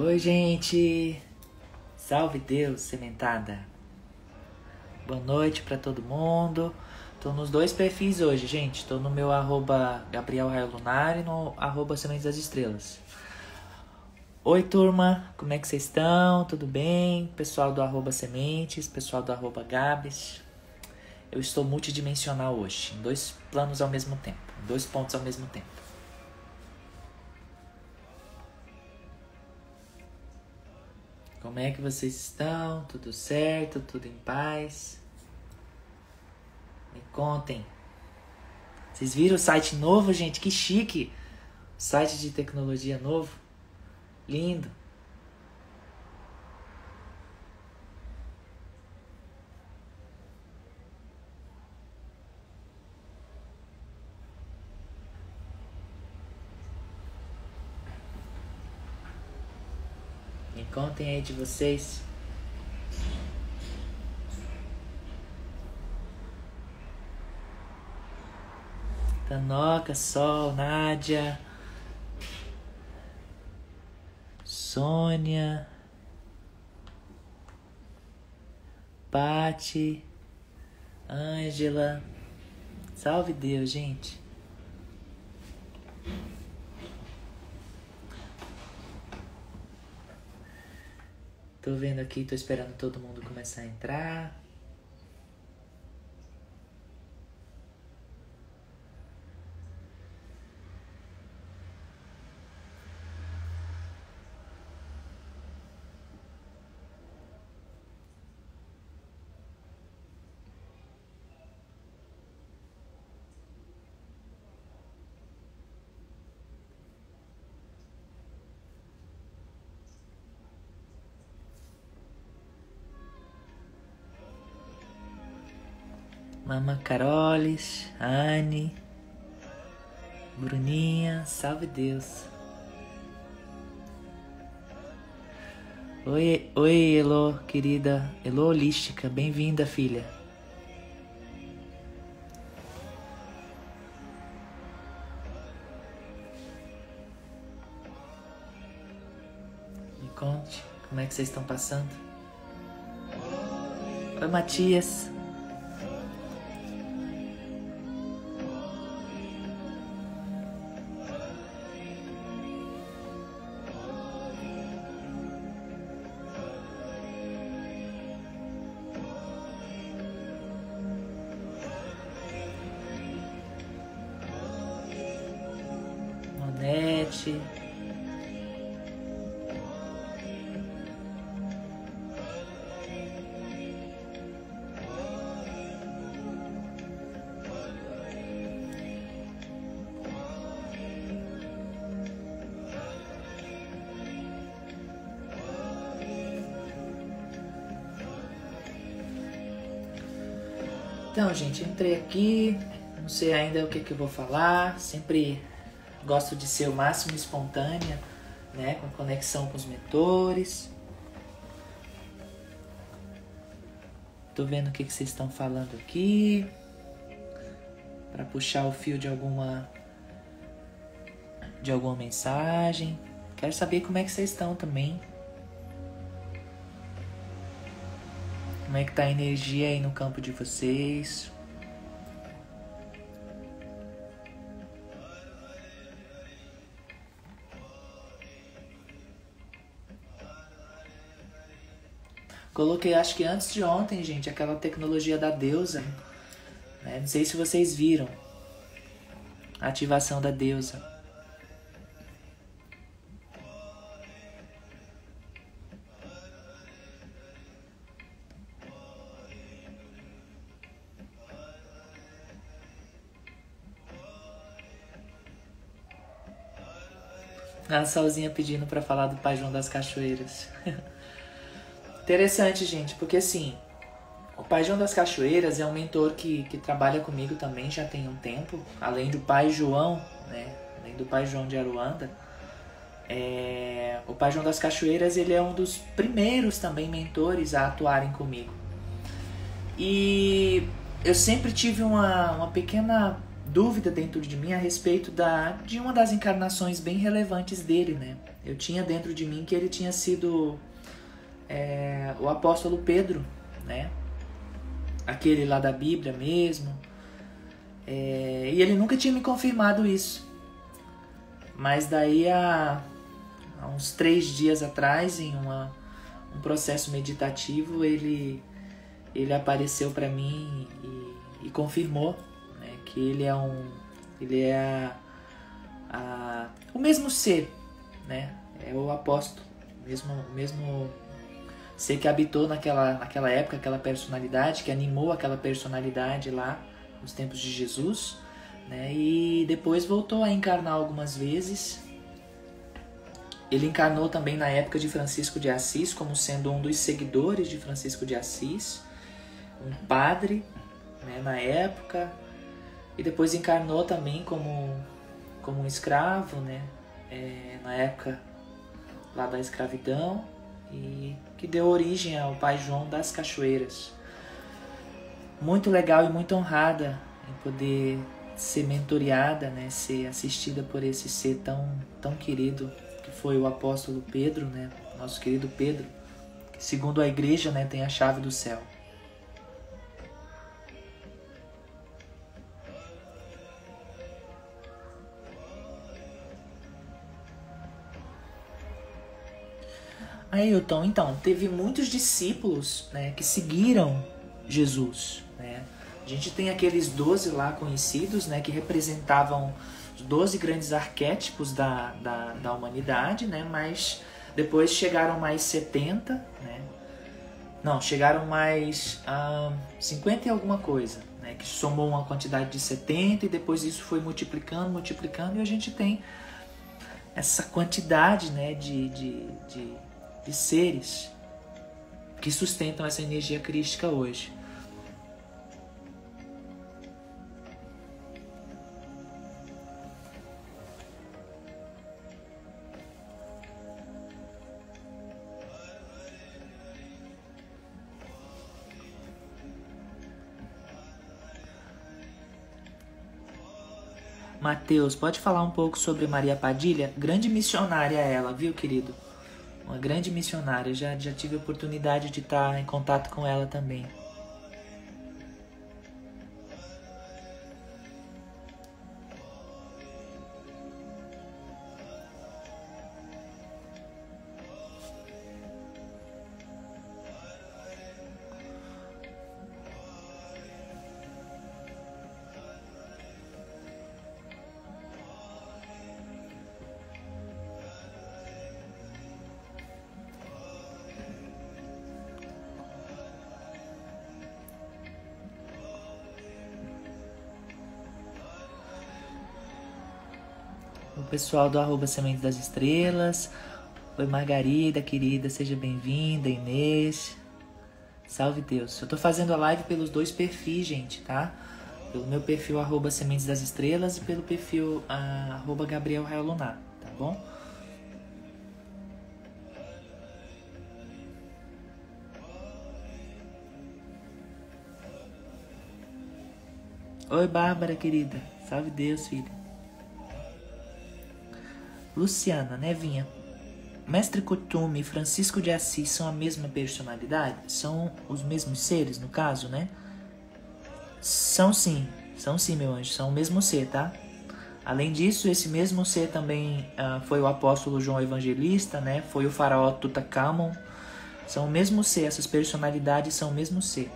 Oi, gente! Salve Deus, sementada! Boa noite pra todo mundo. Tô nos dois perfis hoje, gente. Tô no meu @Gabriel Raio Lunar e no @Sementes das Estrelas. Oi, turma! Como é que vocês estão? Tudo bem? Pessoal do @Sementes, pessoal do @Gabs. Eu estou multidimensional hoje, em dois planos ao mesmo tempo, em dois pontos ao mesmo tempo. Como é que vocês estão? Tudo certo? Tudo em paz? Me contem. Vocês viram o site novo, gente? Que chique! Site de tecnologia novo. Lindo. Me contem aí de vocês. Tanoca, Sol, Nádia, Sônia, Pati, Ângela. Salve Deus, gente. Tô vendo aqui, tô esperando todo mundo começar a entrar. Mama Carolis, Anne, Bruninha, salve Deus. Oi, Elo, querida, Elo Holística, bem-vinda, filha. Me conte, como é que vocês estão passando? Oi, Matias. Monete. Então, gente, entrei aqui, não sei ainda o que eu vou falar, sempre gosto de ser o máximo espontânea, né, com conexão com os mentores. Tô vendo o que vocês estão falando aqui, para puxar o fio de alguma mensagem. Quero saber como é que vocês estão também. Como é que tá a energia aí no campo de vocês? Coloquei, acho que antes de ontem, gente, aquela tecnologia da deusa, né? Não sei se vocês viram. A ativação da deusa. A Salzinha pedindo pra falar do Pai João das Cachoeiras. Interessante, gente, porque assim, o Pai João das Cachoeiras é um mentor que trabalha comigo também já tem um tempo, além do Pai João, né? Além do Pai João de Aruanda. O Pai João das Cachoeiras, ele é um dos primeiros também mentores a atuarem comigo. E eu sempre tive uma pequena dúvida dentro de mim a respeito de uma das encarnações bem relevantes dele, né? Eu tinha dentro de mim que ele tinha sido o apóstolo Pedro, né? Aquele lá da Bíblia mesmo. E ele nunca tinha me confirmado isso. Mas daí há uns 3 dias atrás, em um processo meditativo, ele apareceu para mim e confirmou, né, que ele é o mesmo ser, né? É o apóstolo, o mesmo ser que habitou naquela época, aquela personalidade, que animou aquela personalidade lá nos tempos de Jesus, né? E depois voltou a encarnar algumas vezes. Ele encarnou também na época de Francisco de Assis, como sendo um dos seguidores de Francisco de Assis, um padre, né, na época, e depois encarnou também como um escravo, né, na época lá da escravidão, e que deu origem ao Pai João das Cachoeiras. Muito legal e muito honrada em poder ser mentoreada, né, ser assistida por esse ser tão querido, que foi o apóstolo Pedro, né, nosso querido Pedro, que segundo a igreja, né, tem a chave do céu. Ailton, então, teve muitos discípulos, né, que seguiram Jesus, né? A gente tem aqueles 12 lá conhecidos, né, que representavam os 12 grandes arquétipos da humanidade, né? Mas depois chegaram mais 70, né? Não, chegaram mais 50 e alguma coisa, né? Que somou uma quantidade de 70 e depois isso foi multiplicando e a gente tem essa quantidade, né, de seres que sustentam essa energia crística hoje. Mateus, pode falar um pouco sobre Maria Padilha? Grande missionária ela, viu, querido? Uma grande missionária. Já tive a oportunidade de estar em contato com ela também. O pessoal do @Sementes das Estrelas. Oi, Margarida, querida, seja bem-vinda. Inês. Salve Deus. Eu tô fazendo a live pelos 2 perfis, gente, tá? Pelo meu perfil @Sementes das Estrelas e pelo perfil @Gabriel Raio Lunar, tá bom? Oi, Bárbara, querida. Salve Deus, filha. Luciana, Nevinha. Mestre Kuthumi e Francisco de Assis são a mesma personalidade? São os mesmos seres, no caso, né? São sim, meu anjo. São o mesmo ser, tá? Além disso, esse mesmo ser também foi o apóstolo João Evangelista, né? Foi o faraó Tutankhamon. São o mesmo ser, essas personalidades são o mesmo ser.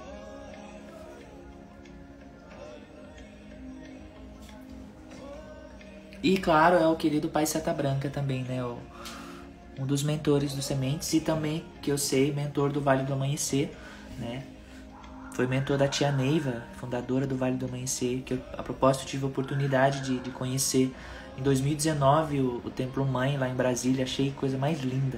E claro, é o querido Pai Seta Branca também, né? Um dos mentores do Sementes e também, que eu sei, mentor do Vale do Amanhecer, né? Foi mentor da tia Neiva, fundadora do Vale do Amanhecer, que eu, a propósito, tive a oportunidade de conhecer em 2019 o Templo Mãe lá em Brasília. Achei coisa mais linda.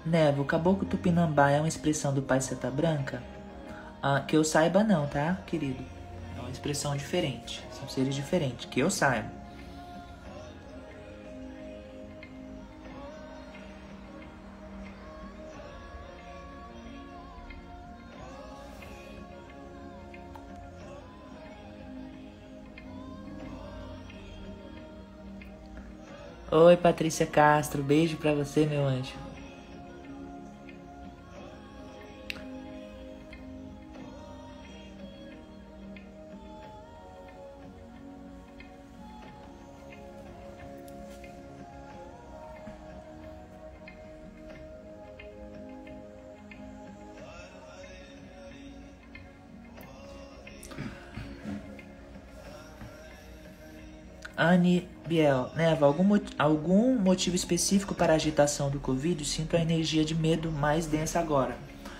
Nevo, o caboclo tupinambá é uma expressão do Pai Seta Branca? Que eu saiba não, tá, querido? É uma expressão diferente. São seres diferentes, que eu saiba. Oi, Patrícia Castro. Beijo pra você, meu anjo. Anne Biel, Neva, algum motivo específico para a agitação do Covid? Sinto a energia de medo mais densa agora.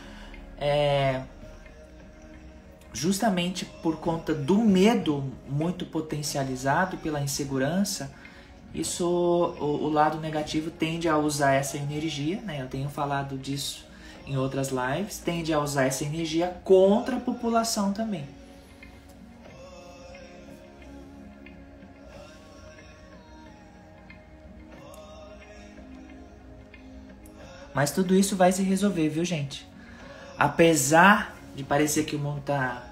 Justamente por conta do medo muito potencializado pela insegurança, isso, o lado negativo tende a usar essa energia, né? Eu tenho falado disso em outras lives, tende a usar essa energia contra a população também. Mas tudo isso vai se resolver, viu, gente? Apesar de parecer que o mundo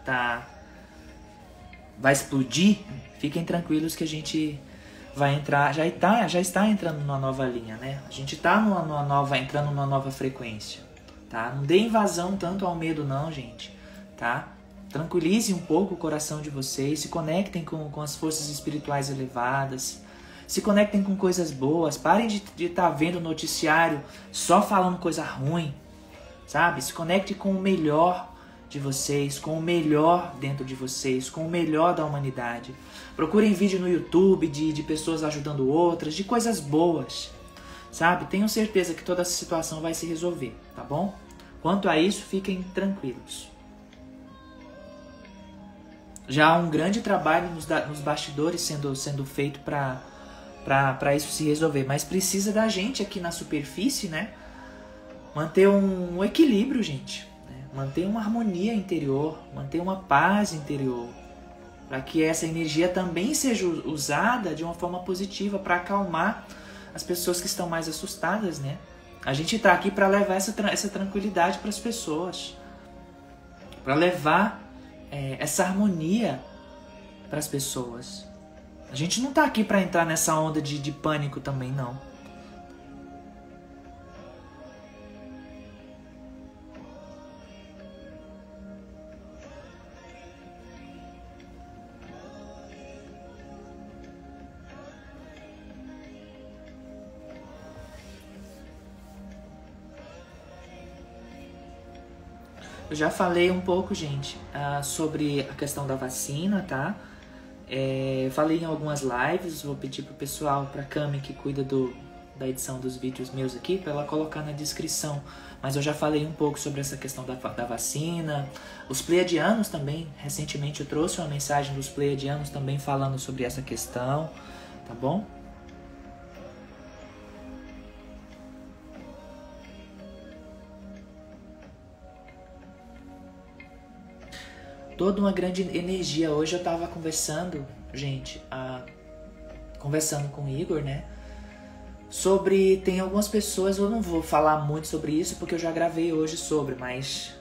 vai explodir, fiquem tranquilos que a gente vai entrar, já está entrando numa nova linha, né? A gente está entrando numa nova frequência, tá? Não dê invasão tanto ao medo não, gente, tá? Tranquilize um pouco o coração de vocês, se conectem com as forças espirituais elevadas, se conectem com coisas boas, parem de estar vendo o noticiário só falando coisa ruim, sabe? Se conecte com o melhor de vocês, com o melhor dentro de vocês, com o melhor da humanidade. Procurem vídeo no YouTube de pessoas ajudando outras, de coisas boas, sabe? Tenham certeza que toda essa situação vai se resolver, tá bom? Quanto a isso, fiquem tranquilos. Já há um grande trabalho nos bastidores sendo feito para isso se resolver, mas precisa da gente aqui na superfície, né? Manter um equilíbrio, gente, né? Manter uma harmonia interior, manter uma paz interior, para que essa energia também seja usada de uma forma positiva para acalmar as pessoas que estão mais assustadas, né? A gente está aqui para levar essa tranquilidade para as pessoas, para levar essa harmonia para as pessoas. A gente não tá aqui para entrar nessa onda de pânico também, não. Eu já falei um pouco, gente, sobre a questão da vacina, tá? Falei em algumas lives, vou pedir pro pessoal, pra Cami que cuida da edição dos vídeos meus aqui, pra ela colocar na descrição. Mas eu já falei um pouco sobre essa questão da vacina. Os pleiadianos também, recentemente eu trouxe uma mensagem dos pleiadianos também falando sobre essa questão, tá bom? Toda uma grande energia. Hoje eu tava conversando, gente, conversando com o Igor, né? Sobre, tem algumas pessoas, eu não vou falar muito sobre isso porque eu já gravei hoje sobre, mas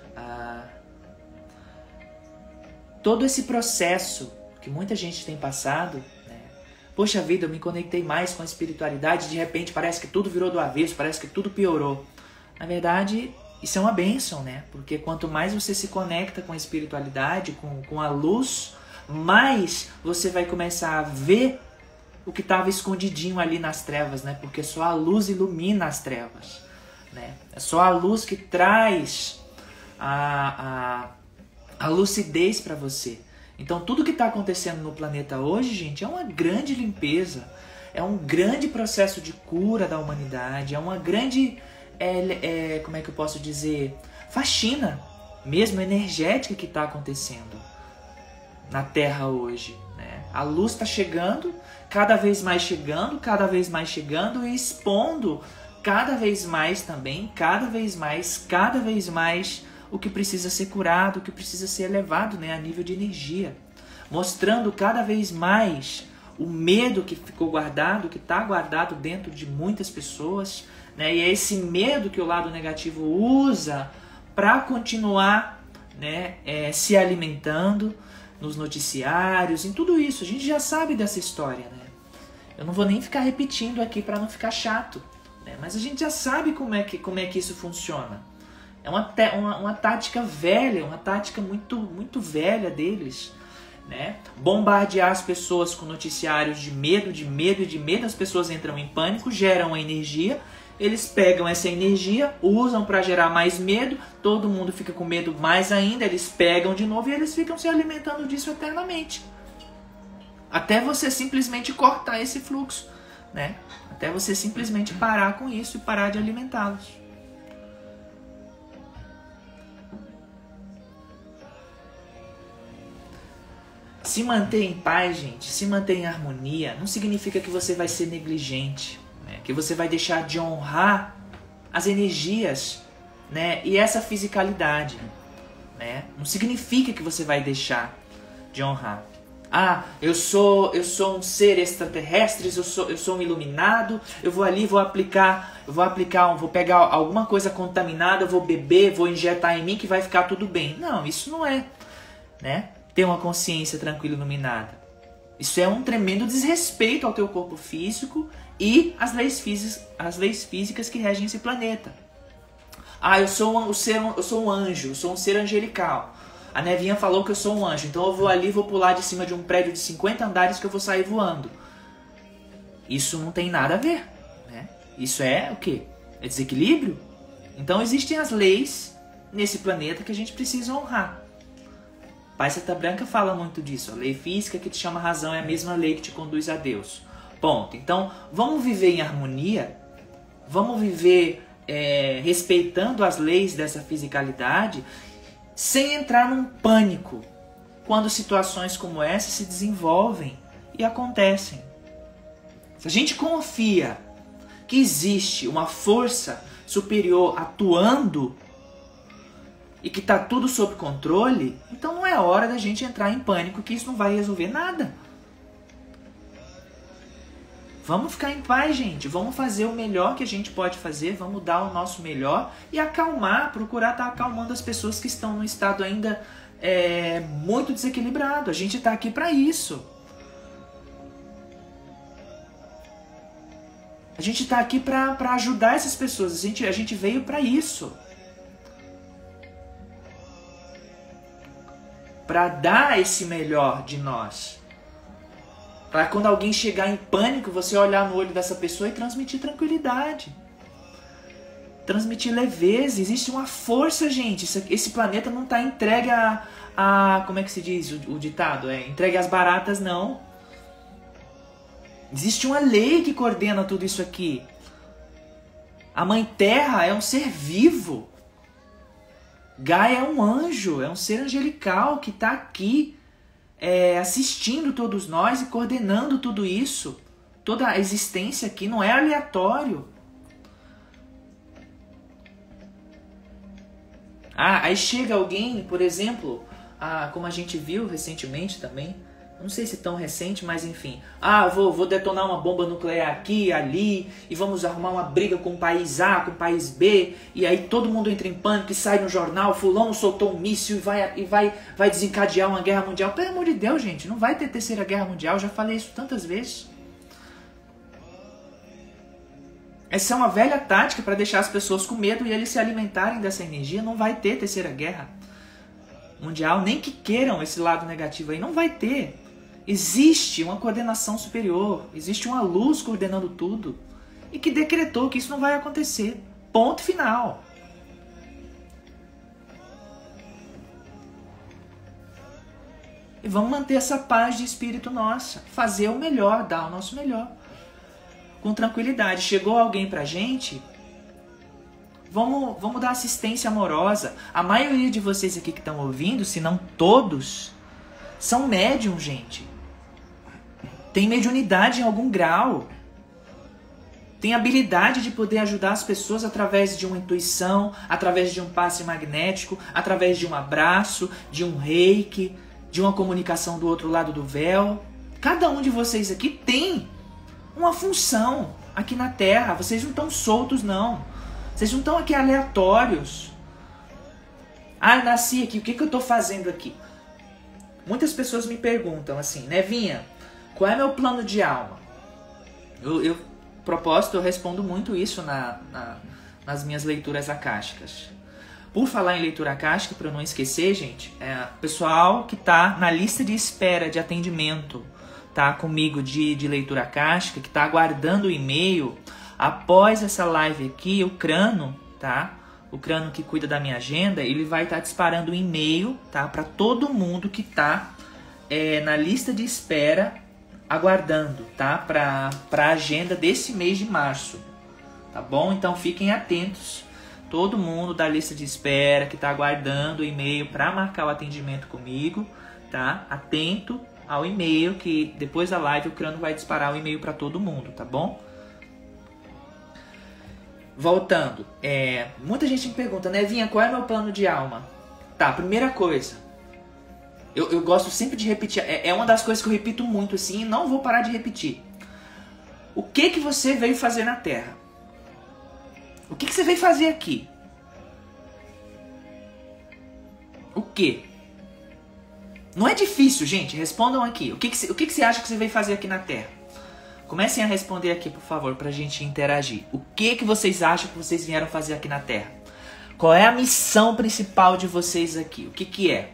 todo esse processo que muita gente tem passado, né? Poxa vida, eu me conectei mais com a espiritualidade, de repente parece que tudo virou do avesso, parece que tudo piorou. Na verdade, isso é uma bênção, né? Porque quanto mais você se conecta com a espiritualidade, com a luz, mais você vai começar a ver o que estava escondidinho ali nas trevas, né? Porque só a luz ilumina as trevas, né? É só a luz que traz a lucidez para você. Então tudo que está acontecendo no planeta hoje, gente, é uma grande limpeza, é um grande processo de cura da humanidade, é uma grande... como é que eu posso dizer, faxina mesmo energética que está acontecendo na Terra hoje, né? A luz está chegando, cada vez mais chegando e expondo cada vez mais também, cada vez mais o que precisa ser curado, o que precisa ser elevado, né, a nível de energia. Mostrando cada vez mais o medo que ficou guardado, que está guardado dentro de muitas pessoas, né, e é esse medo que o lado negativo usa para continuar, né, se alimentando nos noticiários, em tudo isso. A gente já sabe dessa história, né? Eu não vou nem ficar repetindo aqui para não ficar chato, né? Mas a gente já sabe como é que isso funciona. É uma tática velha, uma tática muito velha deles, né? Bombardear as pessoas com noticiários de medo, as pessoas entram em pânico, geram energia, eles pegam essa energia, usam para gerar mais medo, todo mundo fica com medo mais ainda, eles pegam de novo e eles ficam se alimentando disso eternamente. Até você simplesmente cortar esse fluxo, né? Até você simplesmente parar com isso e parar de alimentá-los. Se manter em paz, gente, se manter em harmonia, não significa que você vai ser negligente, né? Que você vai deixar de honrar as energias, né? E essa fisicalidade, né? Não significa que você vai deixar de honrar. Ah, eu sou um ser extraterrestre, eu sou um iluminado, eu vou ali, vou pegar alguma coisa contaminada, eu vou beber, vou injetar em mim que vai ficar tudo bem. Não, isso não é, né? Ter uma consciência tranquila e iluminada. Isso é um tremendo desrespeito ao teu corpo físico e às leis físicas que regem esse planeta. Ah, eu sou um anjo, eu sou um ser angelical. A Nevinha falou que eu sou um anjo, então eu vou ali, vou pular de cima de um prédio de 50 andares que eu vou sair voando. Isso não tem nada a ver, né? Isso é o quê? É desequilíbrio? Então existem as leis nesse planeta que a gente precisa honrar. Pai Seta Branca fala muito disso. A lei física que te chama razão é a mesma lei que te conduz a Deus. Ponto. Então, vamos viver em harmonia, vamos viver respeitando as leis dessa fisicalidade, sem entrar num pânico quando situações como essa se desenvolvem e acontecem. Se a gente confia que existe uma força superior atuando e que está tudo sob controle, então não é hora da gente entrar em pânico, que isso não vai resolver nada. Vamos ficar em paz, gente. Vamos fazer o melhor que a gente pode fazer, vamos dar o nosso melhor e acalmar, procurar estar acalmando as pessoas que estão num estado ainda muito desequilibrado. A gente está aqui para isso. A gente está aqui para ajudar essas pessoas. A gente veio para isso. Para dar esse melhor de nós. Para quando alguém chegar em pânico, você olhar no olho dessa pessoa e transmitir tranquilidade. Transmitir leveza. Existe uma força, gente. Esse planeta não está entregue a... Como é que se diz o ditado? Entregue às baratas, não. Existe uma lei que coordena tudo isso aqui. A Mãe Terra é um ser vivo. Gaia é um anjo, é um ser angelical que está aqui assistindo todos nós e coordenando tudo isso. Toda a existência aqui não é aleatório. Aí chega alguém, por exemplo, como a gente viu recentemente também, não sei se tão recente, mas enfim. Vou detonar uma bomba nuclear aqui, ali, e vamos arrumar uma briga com o país A, com o país B, e aí todo mundo entra em pânico e sai no jornal, fulano soltou um míssil e vai desencadear uma guerra mundial. Pelo amor de Deus, gente, não vai ter terceira guerra mundial, já falei isso tantas vezes. Essa é uma velha tática para deixar as pessoas com medo e eles se alimentarem dessa energia. Não vai ter terceira guerra mundial, nem que queiram esse lado negativo aí, não vai ter. Existe uma coordenação superior, existe uma luz coordenando tudo e que decretou que isso não vai acontecer. Ponto final. E vamos manter essa paz de espírito nossa, fazer o melhor, dar o nosso melhor, com tranquilidade. Chegou alguém pra gente, vamos dar assistência amorosa. A maioria de vocês aqui que estão ouvindo, se não todos, são médium, gente. Tem mediunidade em algum grau. tem habilidade de poder ajudar as pessoas através de uma intuição, através de um passe magnético, através de um abraço, de um reiki, de uma comunicação do outro lado do véu. Cada um de vocês aqui tem uma função aqui na Terra. Vocês não estão soltos, não. Vocês não estão aqui aleatórios. Ah, eu nasci aqui, o que eu estou fazendo aqui? Muitas pessoas me perguntam assim, Nevinha, qual é meu plano de alma? Propósito, eu respondo muito isso nas minhas leituras akáshicas. Por falar em leitura akáshica, para eu não esquecer, gente, pessoal que está na lista de espera de atendimento, tá comigo de leitura akáshica, que está aguardando o e-mail, após essa live aqui, o Crano, tá? O Crano que cuida da minha agenda, ele vai estar disparando um e-mail, tá? Para todo mundo que está na lista de espera, aguardando, tá? Para a agenda desse mês de março, tá bom? Então fiquem atentos. Todo mundo da lista de espera que está aguardando o e-mail para marcar o atendimento comigo, tá? Atento ao e-mail, que depois da live o Crano vai disparar o e-mail para todo mundo, tá bom? Voltando, muita gente me pergunta, Nevinha, qual é meu plano de alma? Tá, primeira coisa, eu gosto sempre de repetir, é uma das coisas que eu repito muito assim, e não vou parar de repetir. O que você veio fazer na Terra? O que você veio fazer aqui? O que? Não é difícil, gente. Respondam aqui. O que você acha que você veio fazer aqui na Terra? Comecem a responder aqui, por favor, pra gente interagir. O que vocês acham que vocês vieram fazer aqui na Terra? Qual é a missão principal de vocês aqui? O que é?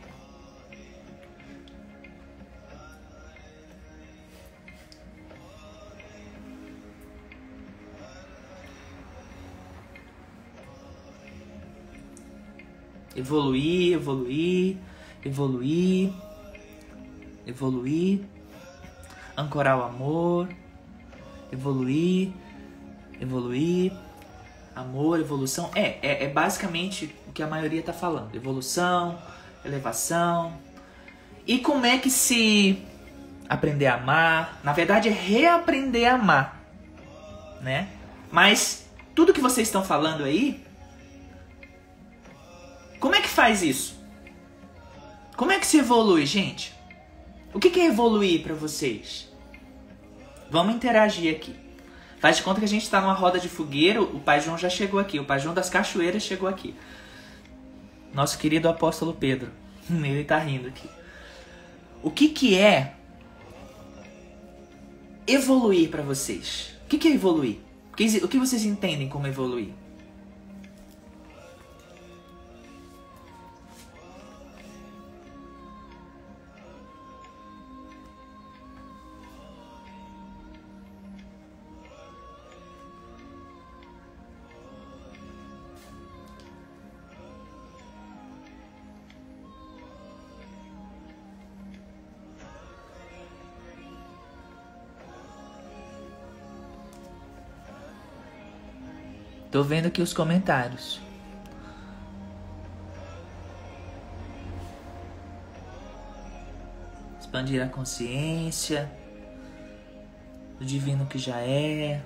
Evoluir, evoluir, evoluir, evoluir, ancorar o amor, evoluir, evoluir, amor, evolução. É basicamente o que a maioria está falando. Evolução, elevação. E como é que se aprender a amar? Na verdade é reaprender a amar, né? Mas tudo que vocês estão falando aí, como é que faz isso? Como é que se evolui, gente? O que é evoluir para vocês? Vamos interagir aqui. Faz de conta que a gente está numa roda de fogueira. O Pai João já chegou aqui. O Pai João das Cachoeiras chegou aqui. Nosso querido apóstolo Pedro. Ele tá rindo aqui. O que é evoluir para vocês? O que é evoluir? O que vocês entendem como evoluir? Tô vendo aqui os comentários. Expandir a consciência do divino que já é.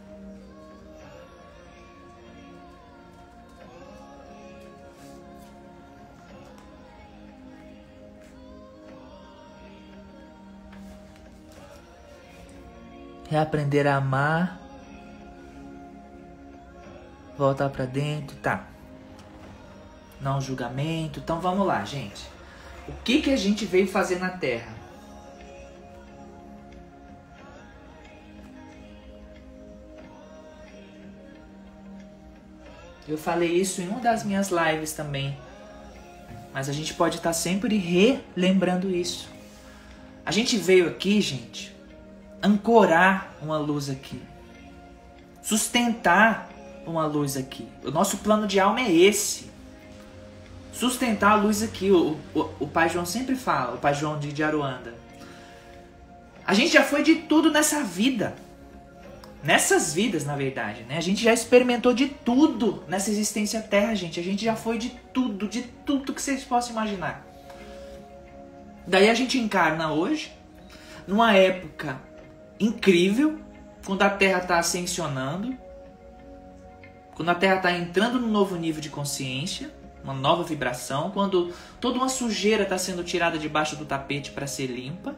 Reaprender a amar. Voltar pra dentro, tá. Não julgamento. Então vamos lá, gente. O que a gente veio fazer na Terra? Eu falei isso em uma das minhas lives também. Mas a gente pode estar sempre relembrando isso. A gente veio aqui, gente, ancorar uma luz aqui. Sustentar uma luz aqui. O nosso plano de alma é esse. Sustentar a luz aqui. O Pai João sempre fala, o Pai João de Aruanda. A gente já foi de tudo nessa vida. Nessas vidas, na verdade, né? A gente já experimentou de tudo nessa existência Terra, gente. A gente já foi de tudo que vocês possam imaginar. Daí a gente encarna hoje, numa época incrível, quando a Terra está ascensionando, quando a Terra está entrando num novo nível de consciência, uma nova vibração, quando toda uma sujeira está sendo tirada debaixo do tapete para ser limpa.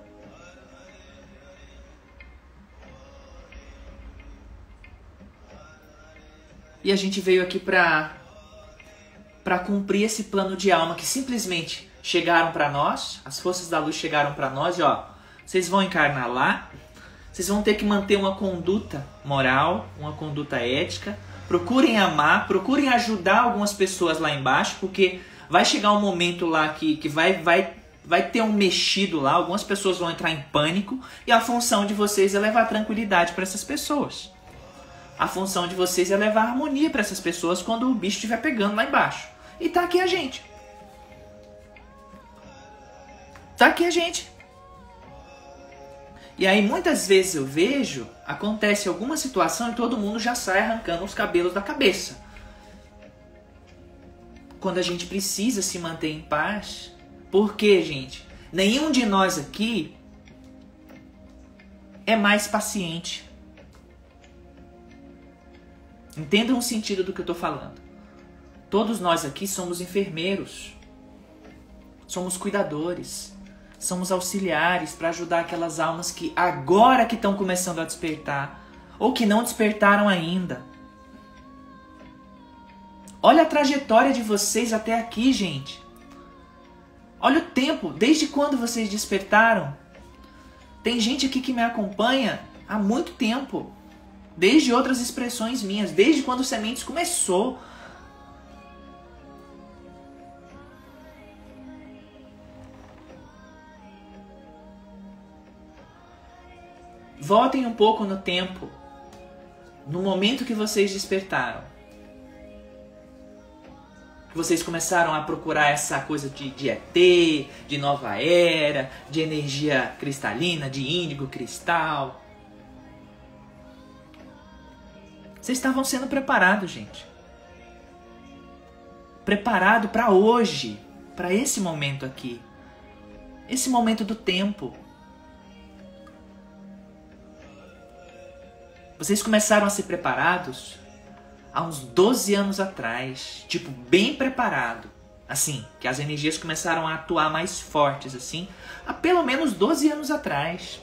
E a gente veio aqui para cumprir esse plano de alma que simplesmente chegaram para nós, as forças da luz chegaram para nós e ó, vocês vão encarnar lá, vocês vão ter que manter uma conduta moral, uma conduta ética, procurem amar, procurem ajudar algumas pessoas lá embaixo, porque vai chegar um momento lá que vai ter um mexido lá, algumas pessoas vão entrar em pânico e a função de vocês é levar tranquilidade para essas pessoas. A função de vocês é levar harmonia para essas pessoas quando o bicho estiver pegando lá embaixo. E tá aqui a gente. Tá aqui a gente. E aí muitas vezes eu vejo, acontece alguma situação e todo mundo já sai arrancando os cabelos da cabeça. Quando a gente precisa se manter em paz. Porque, gente, nenhum de nós aqui é mais paciente. Entendam o sentido do que eu estou falando. Todos nós aqui somos enfermeiros. Somos cuidadores. Somos auxiliares para ajudar aquelas almas que agora que estão começando a despertar. Ou que não despertaram ainda. Olha a trajetória de vocês até aqui, gente. Olha o tempo. Desde quando vocês despertaram? Tem gente aqui que me acompanha há muito tempo. Desde outras expressões minhas, desde quando o Sementes começou. Voltem um pouco no tempo, no momento que vocês despertaram. Que vocês começaram a procurar essa coisa de ET, de nova era, de energia cristalina, de índigo cristal. Vocês estavam sendo preparados, gente. Preparado para hoje, para esse momento aqui. Esse momento do tempo. Vocês começaram a ser preparados há uns 12 anos atrás. Tipo, bem preparado. Assim, que as energias começaram a atuar mais fortes, assim. Há pelo menos 12 anos atrás.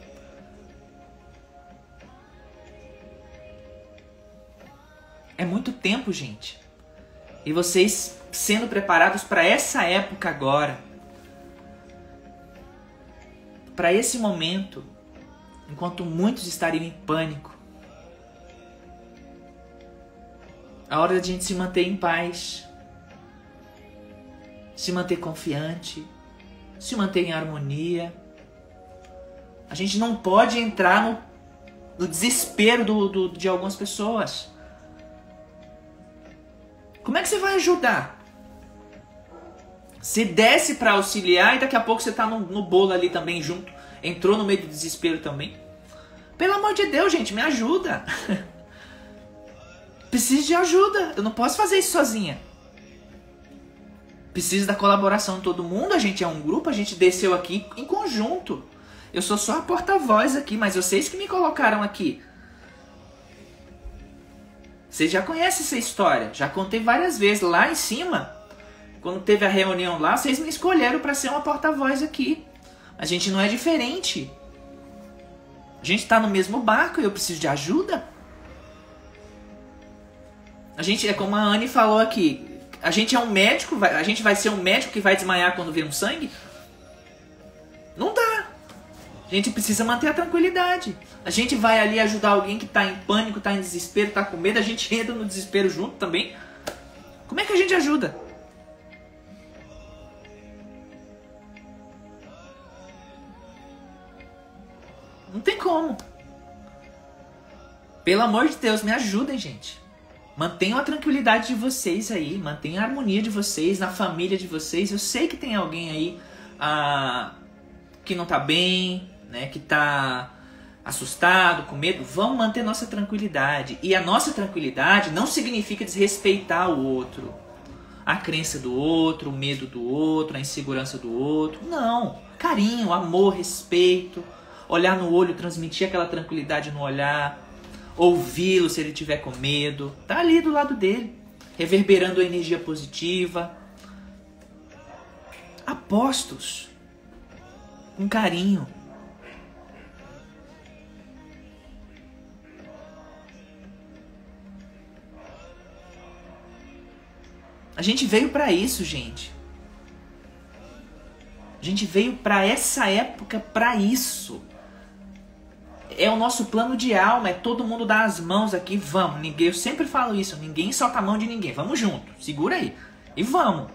É muito tempo, gente. E vocês sendo preparados para essa época agora. Para esse momento. Enquanto muitos estariam em pânico. A hora da gente se manter em paz. Se manter confiante. Se manter em harmonia. A gente não pode entrar no desespero de algumas pessoas. Como é que você vai ajudar? Você desce para auxiliar e daqui a pouco você tá no bolo ali também junto. Entrou no meio do desespero também. Pelo amor de Deus, gente, me ajuda. Preciso de ajuda. Eu não posso fazer isso sozinha. Preciso da colaboração de todo mundo. A gente é um grupo, a gente desceu aqui em conjunto. Eu sou só a porta-voz aqui, mas vocês que me colocaram aqui. Vocês já conhecem essa história. Já contei várias vezes. Lá em cima, quando teve a reunião lá, vocês me escolheram para ser uma porta-voz aqui. A gente não é diferente. A gente está no mesmo barco e eu preciso de ajuda. A gente, é como a Anne falou aqui. A gente é um médico. A gente vai ser um médico que vai desmaiar quando vir um sangue? Não dá. A gente precisa manter a tranquilidade. A gente vai ali ajudar alguém que está em pânico, está em desespero, está com medo. A gente entra no desespero junto também. Como é que a gente ajuda? Não tem como. Pelo amor de Deus, me ajudem, gente. Mantenham a tranquilidade de vocês aí. Mantenham a harmonia de vocês, na família de vocês. Eu sei que tem alguém aí que não tá bem, né? Que tá assustado, com medo. Vamos manter nossa tranquilidade. E a nossa tranquilidade não significa desrespeitar o outro. A crença do outro, o medo do outro, a insegurança do outro. Não. Carinho, amor, respeito. olhar no olho, transmitir aquela tranquilidade no olhar, ouvi-lo se ele tiver com medo, tá ali do lado dele, reverberando a energia positiva. Apostos, com carinho. A gente veio para isso, gente. A gente veio para essa época para isso. É o nosso plano de alma, é todo mundo dar as mãos aqui, vamos. Eu sempre falo isso, ninguém solta a mão de ninguém. Vamos junto, segura aí. E vamos.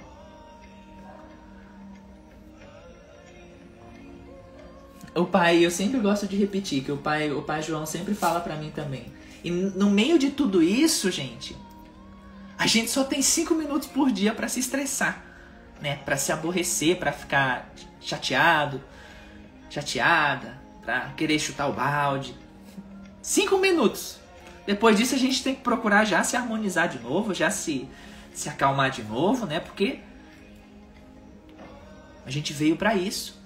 O pai, eu sempre gosto de repetir, que o pai João sempre fala pra mim também. E no meio de tudo isso, gente, a gente só tem 5 minutos por dia pra se estressar, né? Pra se aborrecer, pra ficar chateado, chateada, pra querer chutar o balde. 5 minutos. Depois disso a gente tem que procurar já se harmonizar de novo, já se acalmar de novo, né? Porque a gente veio pra isso.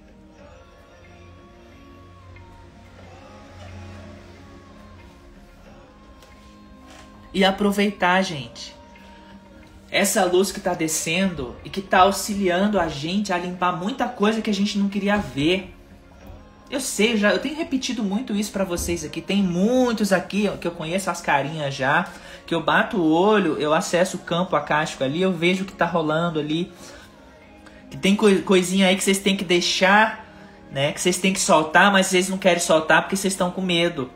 E aproveitar, gente, essa luz que está descendo e que está auxiliando a gente a limpar muita coisa que a gente não queria ver. Eu sei, eu tenho repetido muito isso para vocês aqui. Tem muitos aqui que eu conheço as carinhas já, que eu bato o olho, eu acesso o campo acástico ali, eu vejo o que está rolando ali. Que tem coisinha aí que vocês têm que deixar, né? Que vocês têm que soltar, mas vocês não querem soltar porque vocês estão com medo.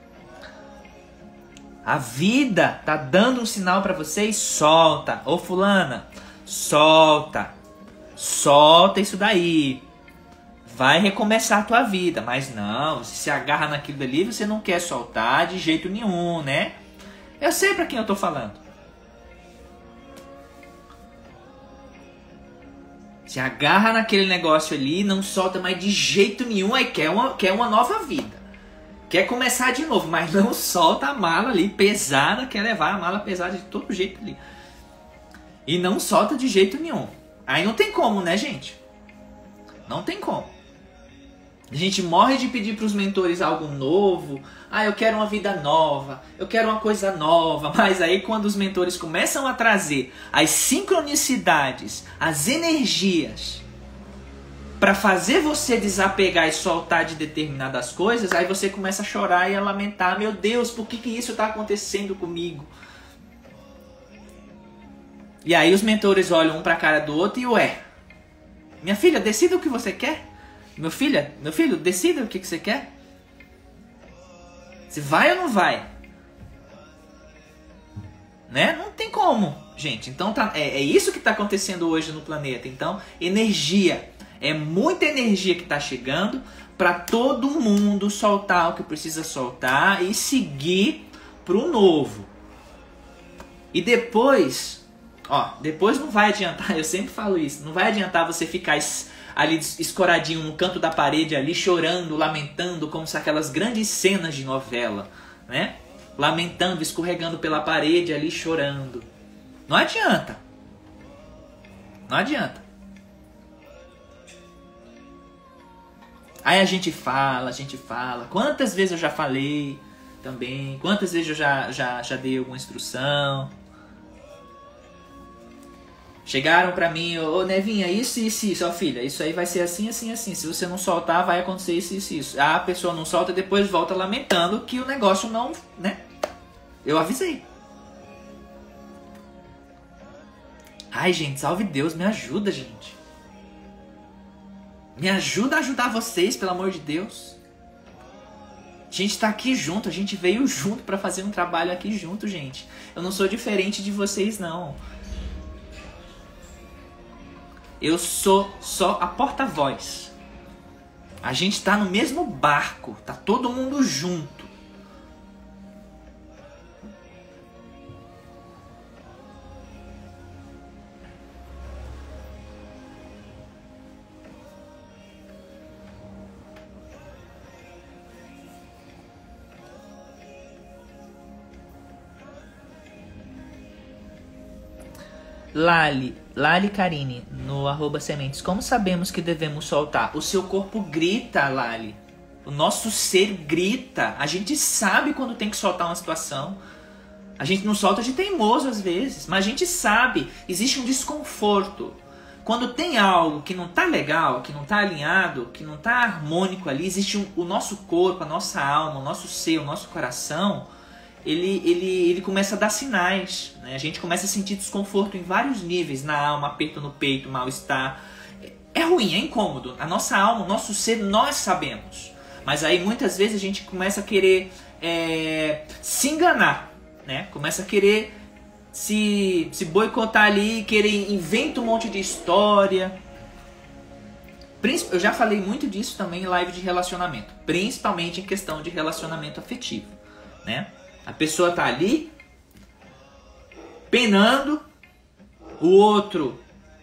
A vida tá dando um sinal pra vocês, solta. Ô fulana, solta. Solta isso daí. Vai recomeçar a tua vida. Mas não, você se agarra naquilo dali, você não quer soltar de jeito nenhum, né? Eu sei pra quem eu tô falando. Se agarra naquele negócio ali, não solta mais de jeito nenhum, aí quer uma nova vida. Quer começar de novo, mas não solta a mala ali pesada, quer levar a mala pesada de todo jeito ali. E não solta de jeito nenhum. Aí não tem como, né, gente? Não tem como. A gente morre de pedir para os mentores algo novo. Ah, eu quero uma vida nova, eu quero uma coisa nova. Mas aí quando os mentores começam a trazer as sincronicidades, as energias, para fazer você desapegar e soltar de determinadas coisas, aí você começa a chorar e a lamentar. Meu Deus, por que isso está acontecendo comigo? E aí os mentores olham um para a cara do outro e ué, minha filha, decida o que você quer. Meu filho, decida o que você quer. Se vai ou não vai? Né? Não tem como, gente. Então é isso que está acontecendo hoje no planeta. Então, energia. É muita energia que está chegando para todo mundo soltar o que precisa soltar e seguir pro novo. E depois, depois não vai adiantar, eu sempre falo isso, não vai adiantar você ficar ali escoradinho no canto da parede ali chorando, lamentando, como se aquelas grandes cenas de novela, né? Lamentando, escorregando pela parede ali chorando. Não adianta. Não adianta. Aí a gente fala. Quantas vezes eu já falei também? Quantas vezes eu já dei alguma instrução? Chegaram pra mim, ô Nevinha, isso, ó filha, isso aí vai ser assim. Se você não soltar, vai acontecer isso. A pessoa não solta e depois volta lamentando que o negócio não, né? Eu avisei. Ai, gente, salve Deus, me ajuda, gente. Me ajuda a ajudar vocês, pelo amor de Deus. A gente tá aqui junto, a gente veio junto pra fazer um trabalho aqui junto, gente. Eu não sou diferente de vocês, não. Eu sou só a porta-voz. A gente tá no mesmo barco, tá todo mundo junto. Lali Karine, no @sementes. Como sabemos que devemos soltar? O seu corpo grita, Lali. O nosso ser grita. A gente sabe quando tem que soltar uma situação. A gente não solta de teimoso às vezes, mas a gente sabe. Existe um desconforto. Quando tem algo que não tá legal, que não tá alinhado, que não tá harmônico ali, existe o nosso corpo, a nossa alma, o nosso ser, o nosso coração, ele começa a dar sinais, né? A gente começa a sentir desconforto em vários níveis, na alma, aperto no peito, mal-estar. É ruim, é incômodo. A nossa alma, o nosso ser, nós sabemos. Mas aí muitas vezes a gente começa a querer se enganar, né? Começa a querer se boicotar ali, querer inventa um monte de história. Eu já falei muito disso também em live de relacionamento, principalmente em questão de relacionamento afetivo, né? A pessoa tá ali penando, o outro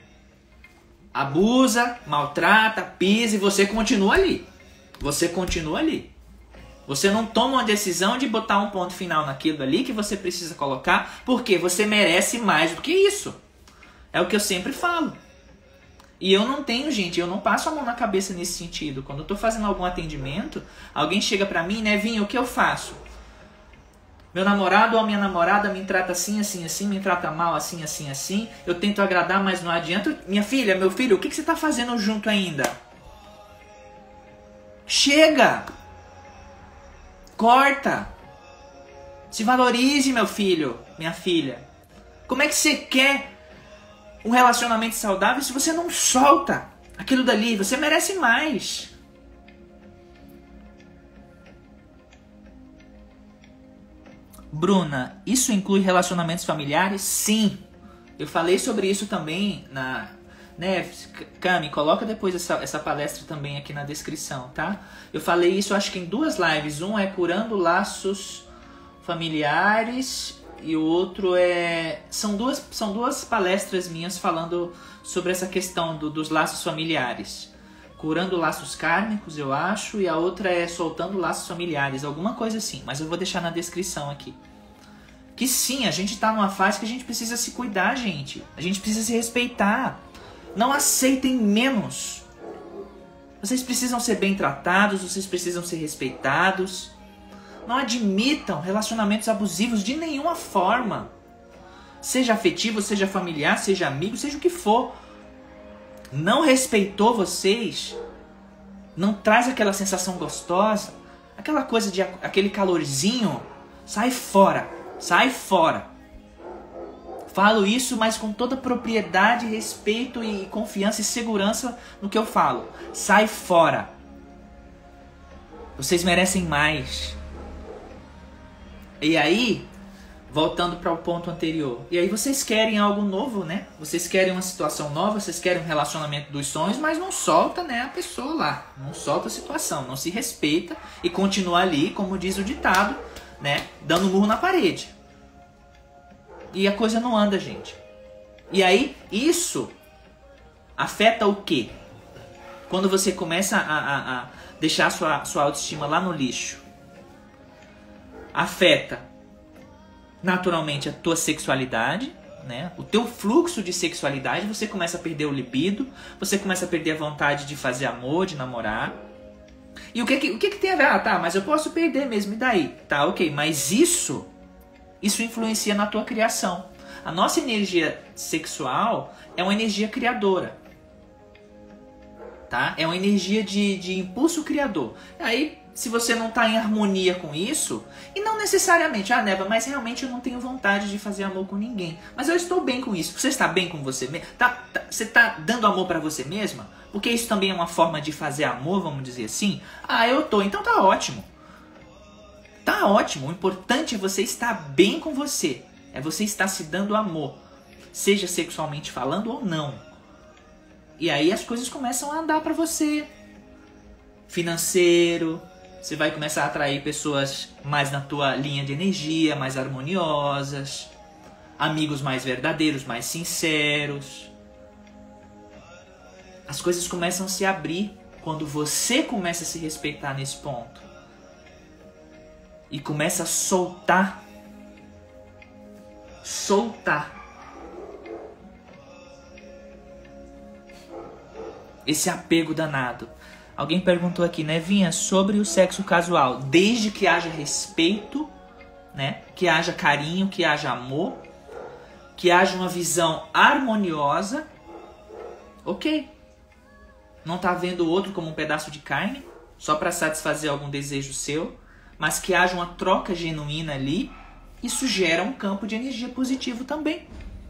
abusa, maltrata, pisa e você continua ali. Você continua ali. Você não toma uma decisão de botar um ponto final naquilo ali que você precisa colocar, porque você merece mais do que isso. É o que eu sempre falo. E eu não tenho, gente, eu não passo a mão na cabeça nesse sentido. Quando eu tô fazendo algum atendimento, alguém chega pra mim, né, Vinho, o que eu faço? Meu namorado ou a minha namorada me trata assim, assim, assim, me trata mal, assim, assim, assim. Eu tento agradar, mas não adianta. Minha filha, meu filho, o que você tá fazendo junto ainda? Chega! Corta! Se valorize, meu filho, minha filha. Como é que você quer um relacionamento saudável se você não solta aquilo dali? Você merece mais. Bruna, isso inclui relacionamentos familiares? Sim. Eu falei sobre isso também na... né, Cami, coloca depois essa palestra também aqui na descrição, tá? Eu falei isso acho que em 2 lives. Um é Curando Laços Familiares e o outro é... São duas palestras minhas falando sobre essa questão dos laços familiares. Curando Laços Kármicos, eu acho, e a outra é Soltando Laços Familiares, alguma coisa assim, mas eu vou deixar na descrição aqui. Que sim, a gente tá numa fase que a gente precisa se cuidar, gente. A gente precisa se respeitar. Não aceitem menos. Vocês precisam ser bem tratados, vocês precisam ser respeitados. Não admitam relacionamentos abusivos de nenhuma forma. Seja afetivo, seja familiar, seja amigo, seja o que for. Não respeitou vocês, não traz aquela sensação gostosa, aquela coisa de aquele calorzinho, sai fora, sai fora. Falo isso, mas com toda propriedade, respeito e confiança e segurança no que eu falo. Sai fora. Vocês merecem mais. E aí, voltando para o ponto anterior. E aí vocês querem algo novo, né? Vocês querem uma situação nova, vocês querem um relacionamento dos sonhos, mas não solta, né, a pessoa lá. Não solta a situação, não se respeita e continua ali, como diz o ditado, né, dando murro na parede. E a coisa não anda, gente. E aí, isso afeta o quê? Quando você começa a deixar sua autoestima lá no lixo. Afeta naturalmente a tua sexualidade, né? O teu fluxo de sexualidade, você começa a perder o libido, você começa a perder a vontade de fazer amor, de namorar. E o que tem a ver? Ah, tá, mas eu posso perder mesmo, e daí? Tá, ok, mas isso influencia na tua criação. A nossa energia sexual é uma energia criadora. Tá? É uma energia de impulso criador. Aí, se você não está em harmonia com isso, e não necessariamente, Neva, mas realmente eu não tenho vontade de fazer amor com ninguém. Mas eu estou bem com isso. Você está bem com você mesmo? Você está dando amor para você mesma? Porque isso também é uma forma de fazer amor, vamos dizer assim? Eu tô, então tá ótimo. Tá ótimo. O importante é você estar bem com você. É você estar se dando amor. Seja sexualmente falando ou não. E aí as coisas começam a andar para você. Financeiro. Você vai começar a atrair pessoas mais na tua linha de energia, mais harmoniosas. Amigos mais verdadeiros, mais sinceros. As coisas começam a se abrir quando você começa a se respeitar nesse ponto. E começa a soltar. Soltar. Esse apego danado. Alguém perguntou aqui, né, Vinha, sobre o sexo casual. Desde que haja respeito, né, que haja carinho, que haja amor, que haja uma visão harmoniosa, ok. Não tá vendo o outro como um pedaço de carne, só para satisfazer algum desejo seu, mas que haja uma troca genuína ali, isso gera um campo de energia positivo também.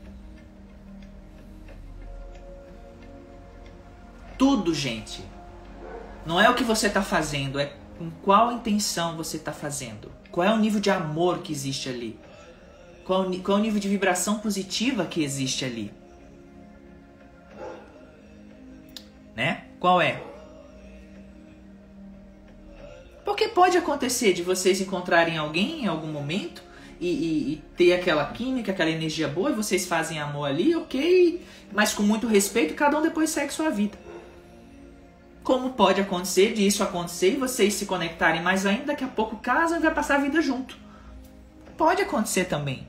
Tudo, gente. Não é o que você está fazendo, é com qual intenção você está fazendo. Qual é o nível de amor que existe ali. Qual é o nível de vibração positiva que existe ali. Né? Qual é? Porque pode acontecer de vocês encontrarem alguém em algum momento e ter aquela química, aquela energia boa, e vocês fazem amor ali, ok, mas com muito respeito, cada um depois segue sua vida. Como pode acontecer disso acontecer e vocês se conectarem mais ainda, daqui a pouco casam e vai passar a vida junto. Pode acontecer também.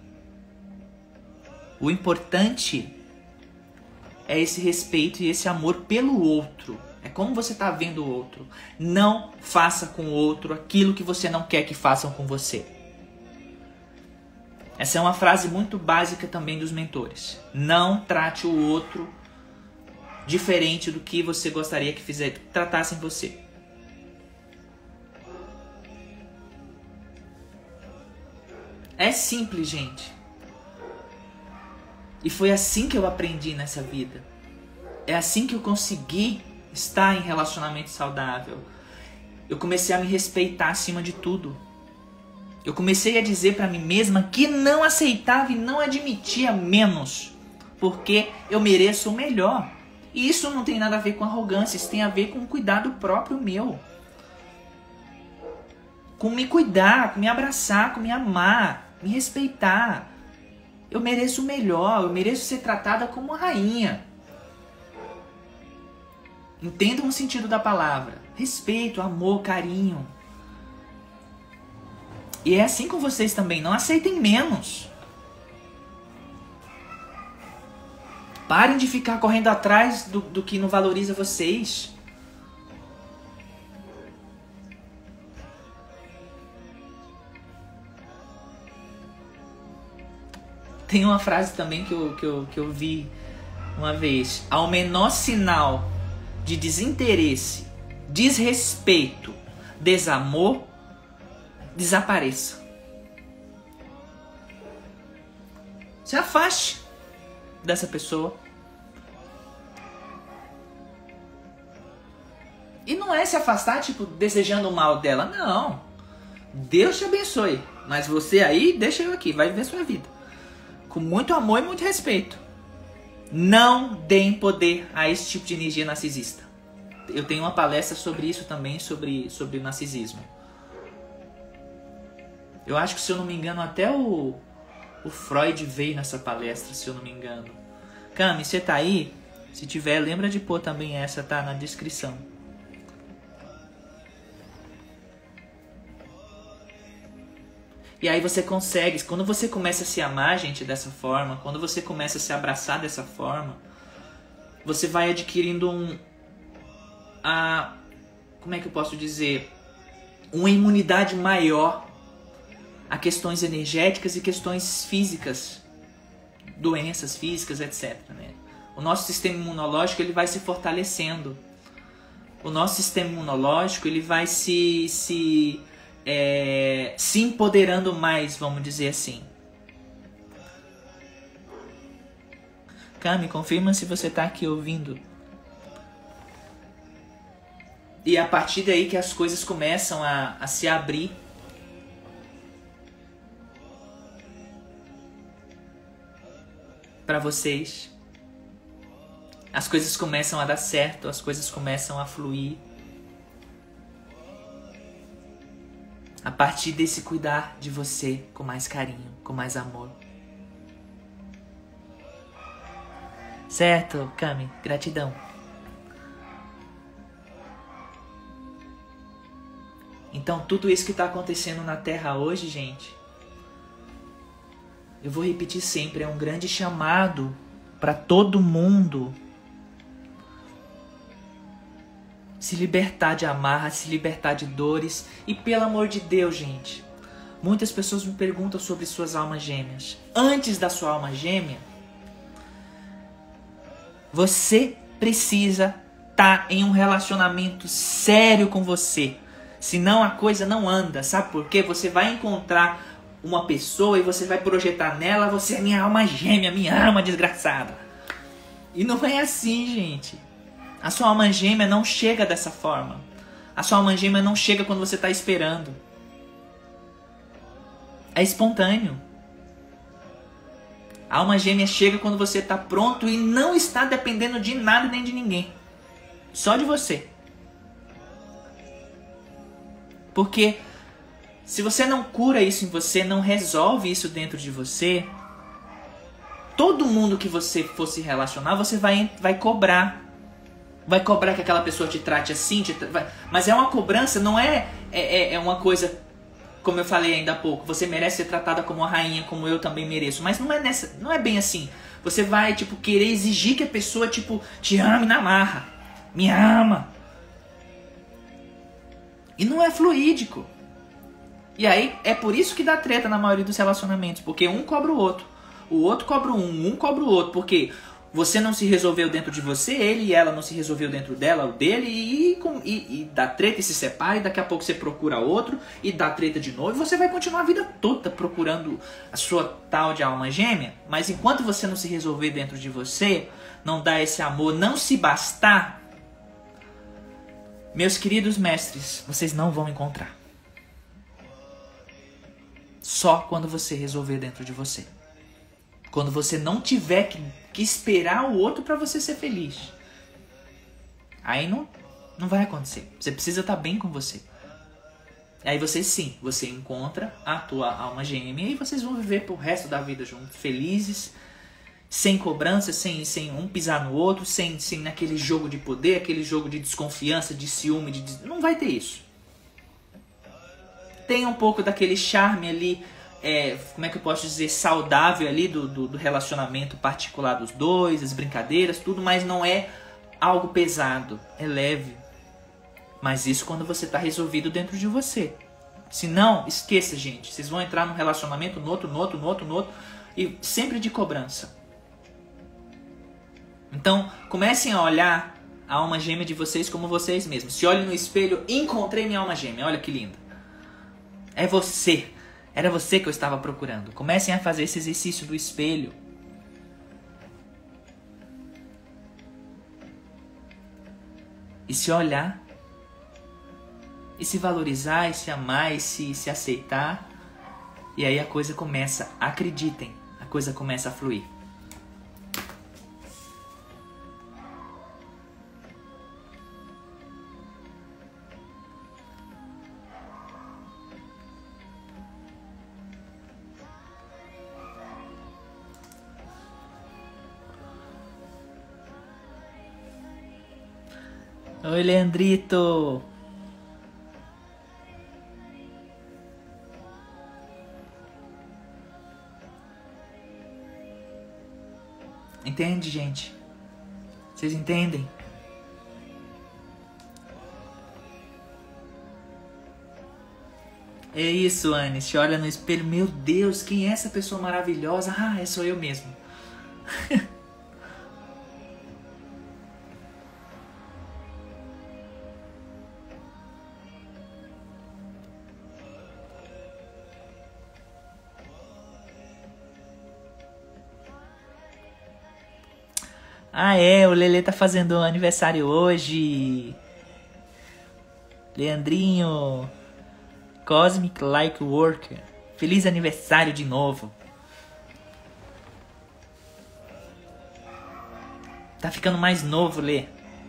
O importante é esse respeito e esse amor pelo outro. É como você está vendo o outro. Não faça com o outro aquilo que você não quer que façam com você. Essa é uma frase muito básica também dos mentores. Não trate o outro diferente do que você gostaria que tratassem você. É simples, gente. E foi assim que eu aprendi nessa vida. É assim que eu consegui estar em relacionamento saudável. Eu comecei a me respeitar acima de tudo. Eu comecei a dizer para mim mesma que não aceitava e não admitia menos, porque eu mereço o melhor. E isso não tem nada a ver com arrogância, isso tem a ver com um cuidado próprio meu. Com me cuidar, com me abraçar, com me amar, me respeitar. Eu mereço o melhor, eu mereço ser tratada como uma rainha. Entendam o sentido da palavra. Respeito, amor, carinho. E é assim com vocês também, não aceitem menos. Parem de ficar correndo atrás do que não valoriza vocês. Tem uma frase também que eu vi uma vez. Ao menor sinal de desinteresse, desrespeito, desamor, desapareça. Se afaste dessa pessoa. E não é se afastar, tipo, desejando o mal dela. Não. Deus te abençoe. Mas você aí, deixa eu aqui. Vai viver sua vida. Com muito amor e muito respeito. Não deem poder a esse tipo de energia narcisista. Eu tenho uma palestra sobre isso também, sobre narcisismo. Eu acho que, se eu não me engano, até o Freud veio nessa palestra, se eu não me engano. Cami, você tá aí? Se tiver, lembra de pôr também essa, tá? Na descrição. E aí você consegue, quando você começa a se amar, gente, dessa forma, quando você começa a se abraçar dessa forma, você vai adquirindo como é que eu posso dizer? Uma imunidade maior a questões energéticas e questões físicas, doenças físicas, etc. Né? O nosso sistema imunológico ele vai se fortalecendo. O nosso sistema imunológico ele vai se empoderando mais, vamos dizer assim. Cami, confirma se você está aqui ouvindo. E é a partir daí que as coisas começam a se abrir. Para vocês. As coisas começam a dar certo, as coisas começam a fluir. A partir desse cuidar de você com mais carinho, com mais amor. Certo, Cami? Gratidão. Então, tudo isso que está acontecendo na Terra hoje, gente, eu vou repetir sempre, é um grande chamado para todo mundo se libertar de amarras, se libertar de dores. E pelo amor de Deus, gente, muitas pessoas me perguntam sobre suas almas gêmeas. Antes da sua alma gêmea, você precisa estar em um relacionamento sério com você. Senão a coisa não anda. Sabe por quê? Você vai encontrar uma pessoa e você vai projetar nela: você é minha alma gêmea, minha alma desgraçada. E não é assim, gente. A sua alma gêmea não chega dessa forma. A sua alma gêmea não chega quando você está esperando. É espontâneo. A alma gêmea chega quando você está pronto e não está dependendo de nada nem de ninguém. Só de você. Porque se você não cura isso em você, não resolve isso dentro de você, todo mundo que você for se relacionar, você vai cobrar. Vai cobrar que aquela pessoa te trate assim, mas é uma cobrança, não é uma coisa, como eu falei ainda há pouco, você merece ser tratada como uma rainha, como eu também mereço. Mas não é bem assim. Você vai, querer exigir que a pessoa, te ame na marra. Me ama. E não é fluídico. E aí, é por isso que dá treta na maioria dos relacionamentos. Porque um cobra o outro. O outro cobra um cobra o outro. Porque você não se resolveu dentro de você, ele e ela não se resolveu dentro dela, o dele, e dá treta e se separa, e daqui a pouco você procura outro, e dá treta de novo, e você vai continuar a vida toda procurando a sua tal de alma gêmea. Mas enquanto você não se resolver dentro de você, não dá esse amor, não se bastar, meus queridos mestres, vocês não vão encontrar. Só quando você resolver dentro de você. Quando você não tiver que esperar o outro para você ser feliz. Aí não vai acontecer. Você precisa estar bem com você. Aí você encontra a tua alma gêmea e vocês vão viver pro resto da vida juntos, felizes, sem cobrança, sem um pisar no outro, sem naquele jogo de poder, aquele jogo de desconfiança, de ciúme, não vai ter isso. Tem um pouco daquele charme ali, como é que eu posso dizer, saudável ali do relacionamento particular dos dois, as brincadeiras, tudo, mas não é algo pesado, é leve. Mas isso quando você está resolvido dentro de você. Se não, esqueça, gente, vocês vão entrar num relacionamento, no outro, e sempre de cobrança. Então, comecem a olhar a alma gêmea de vocês como vocês mesmos. Se olhem no espelho: encontrei minha alma gêmea, olha que linda. É você. Era você que eu estava procurando. Comecem a fazer esse exercício do espelho. E se olhar. E se valorizar, e se amar, e se aceitar. E aí a coisa começa, acreditem, a coisa começa a fluir. Oi, Leandrito. Entende, gente? Vocês entendem? É isso, Anne. Se olha no espelho: meu Deus, quem é essa pessoa maravilhosa? Ah, sou eu mesmo. Ah, o Lelê tá fazendo aniversário hoje. Leandrinho. Cosmic Like Worker. Feliz aniversário de novo. Tá ficando mais novo, Lê.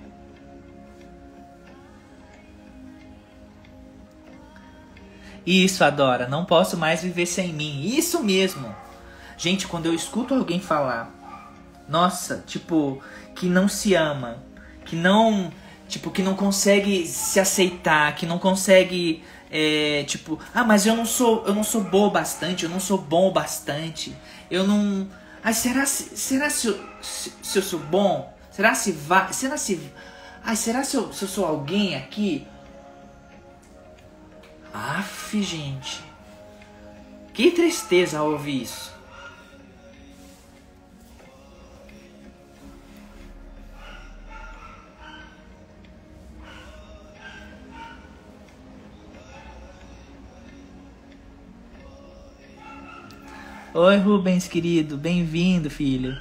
Isso, Adora. Não posso mais viver sem mim. Isso mesmo. Gente, quando eu escuto alguém falar: nossa, que não se ama, que não consegue se aceitar, que não consegue, mas eu não sou boa bastante, eu não sou bom bastante, eu não... será se eu sou bom? Será se Ai, será se eu sou alguém aqui? Aff, gente. Que tristeza ao ouvir isso. Oi, Rubens, querido. Bem-vindo, filho.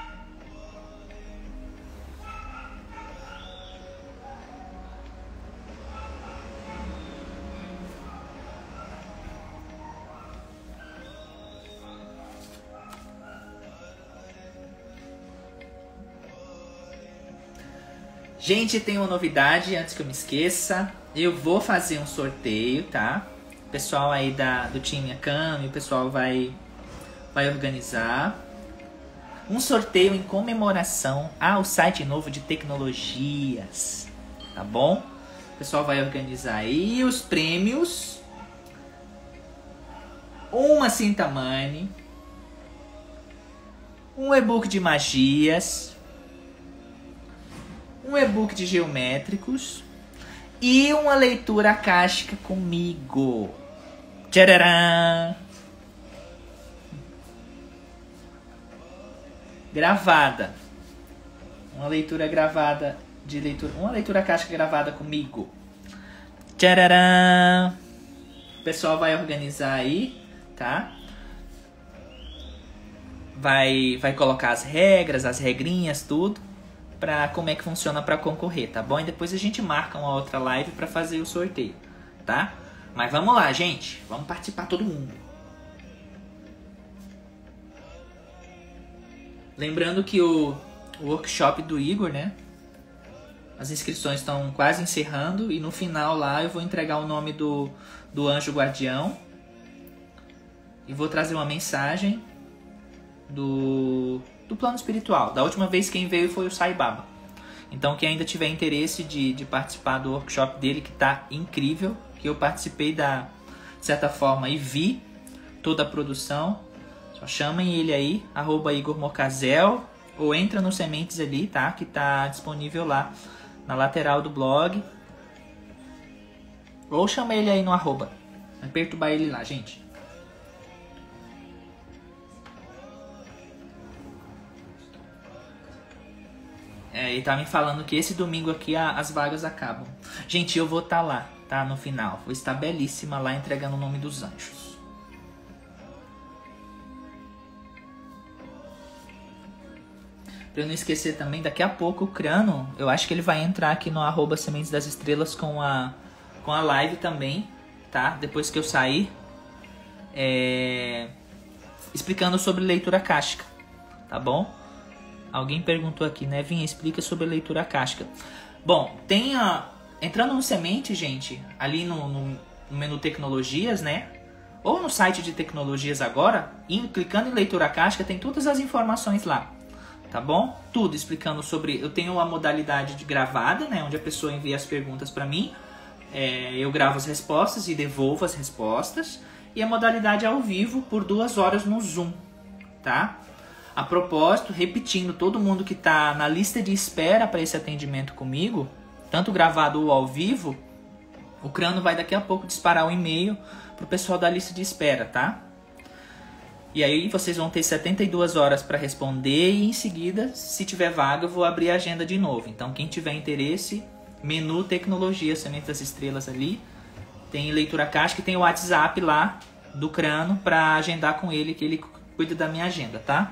Gente, tem uma novidade antes que eu me esqueça. Eu vou fazer um sorteio, tá? O pessoal aí do time Akami, o pessoal vai organizar um sorteio em comemoração ao site novo de tecnologias, tá bom? O pessoal vai organizar aí os prêmios. Uma cinta Mani, um e-book de magias, um e-book de geométricos e uma leitura akáshica comigo. Tcharam! Gravada. Uma leitura gravada uma leitura akáshica gravada comigo. Tcharam! O pessoal vai organizar aí, tá? Vai colocar as regras, as regrinhas, tudo. Pra como é que funciona pra concorrer, tá bom? E depois a gente marca uma outra live pra fazer o sorteio, tá? Mas vamos lá, gente. Vamos participar todo mundo. Lembrando que o workshop do Igor, né? As inscrições estão quase encerrando. E no final lá eu vou entregar o nome do anjo guardião. E vou trazer uma mensagem do plano espiritual. Da última vez quem veio foi o Sai Baba. Então quem ainda tiver interesse de participar do workshop dele, que tá incrível, que eu participei de certa forma e vi toda a produção, só chamem ele aí, @IgorMocazel, ou entra no Sementes ali, tá? Que tá disponível lá na lateral do blog. Ou chama ele aí no @. Vai perturbar ele lá, gente. Ele tá me falando que esse domingo aqui as vagas acabam. Gente, eu vou estar lá, tá? No final. Vou estar belíssima lá entregando o nome dos anjos. Pra eu não esquecer também, daqui a pouco o Crano, eu acho que ele vai entrar aqui no @Sementes das Estrelas com a live também, tá? Depois que eu sair. Explicando sobre leitura akáshica, tá bom? Alguém perguntou aqui, né? Vinha, explica sobre a leitura akáshica. Bom, entrando no Semente, gente, ali no menu Tecnologias, né? Ou no site de Tecnologias agora, clicando em leitura akáshica, tem todas as informações lá, tá bom? Tudo explicando sobre... Eu tenho a modalidade de gravada, né? Onde a pessoa envia as perguntas para mim. Eu gravo as respostas e devolvo as respostas. E a modalidade ao vivo por 2 horas no Zoom, tá? A propósito, repetindo, todo mundo que está na lista de espera para esse atendimento comigo, tanto gravado ou ao vivo, o Crano vai daqui a pouco disparar um e-mail para o pessoal da lista de espera, tá? E aí vocês vão ter 72 horas para responder e em seguida, se tiver vaga, eu vou abrir a agenda de novo. Então quem tiver interesse, menu Tecnologia, Sementes das Estrelas ali, tem leitura akáshica e tem o WhatsApp lá do Crano para agendar com ele, que ele cuida da minha agenda, tá?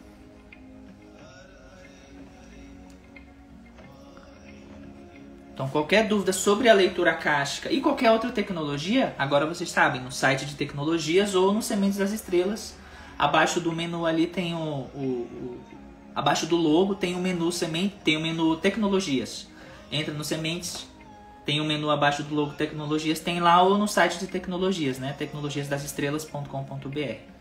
Então, qualquer dúvida sobre a leitura akáshica e qualquer outra tecnologia, agora vocês sabem, no site de tecnologias ou no Sementes das Estrelas. Abaixo do menu ali tem abaixo do logo tem o menu Semente, tem o menu Tecnologias. Entra no Sementes, tem o menu abaixo do logo Tecnologias, tem lá ou no site de tecnologias, né? tecnologiasdasestrelas.com.br.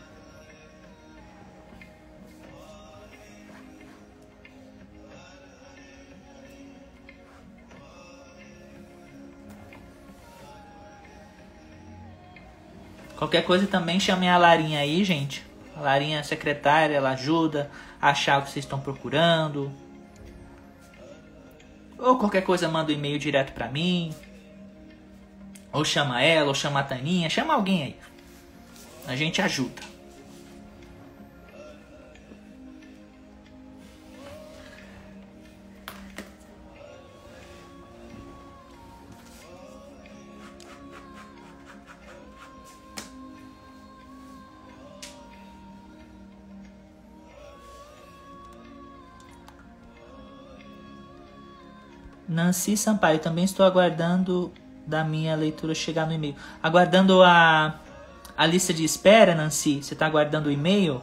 Qualquer coisa também chamem a Larinha aí, gente. A Larinha é secretária, ela ajuda a achar o que vocês estão procurando. Ou qualquer coisa, manda um e-mail direto pra mim. Ou chama ela, ou chama a Taninha. Chama alguém aí. A gente ajuda. Nancy Sampaio, também estou aguardando da minha leitura chegar no e-mail. Aguardando a lista de espera, Nancy? Você está aguardando o e-mail?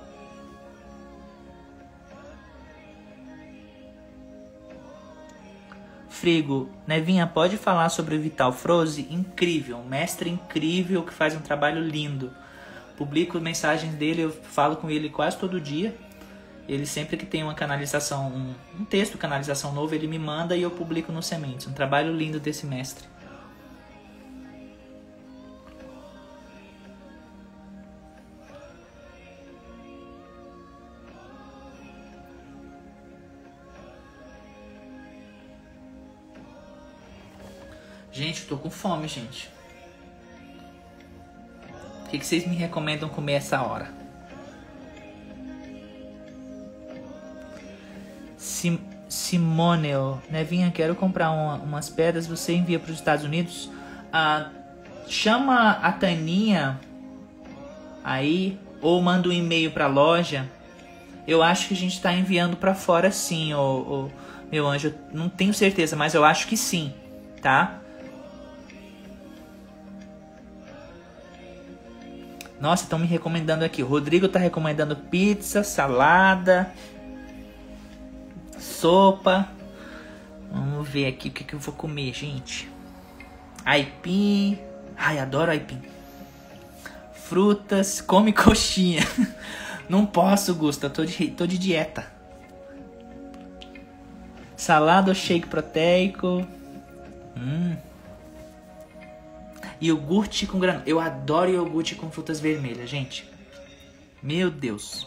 Frigo, Nevinha, pode falar sobre o Vital Froze? Incrível, um mestre incrível que faz um trabalho lindo. Publico mensagens dele, eu falo com ele quase todo dia. Ele sempre que tem uma canalização, um texto, canalização novo, ele me manda e eu publico no Sementes. Um trabalho lindo desse mestre. Gente, eu tô com fome, gente. O que vocês me recomendam comer essa hora? Simonel, Nevinha, quero comprar umas pedras, você envia para os Estados Unidos? Chama a Taninha aí, ou manda um e-mail para a loja. Eu acho que a gente está enviando para fora sim, meu anjo. Eu não tenho certeza, mas eu acho que sim, tá? Nossa, estão me recomendando aqui. O Rodrigo tá recomendando pizza, salada, sopa. Vamos ver aqui o que eu vou comer, gente. Aipim. Ai, adoro aipim. Frutas. Come coxinha. Não posso, Gusta. Tô de dieta. Salada ou shake proteico. Iogurte com granola. Eu adoro iogurte com frutas vermelhas, gente. Meu Deus.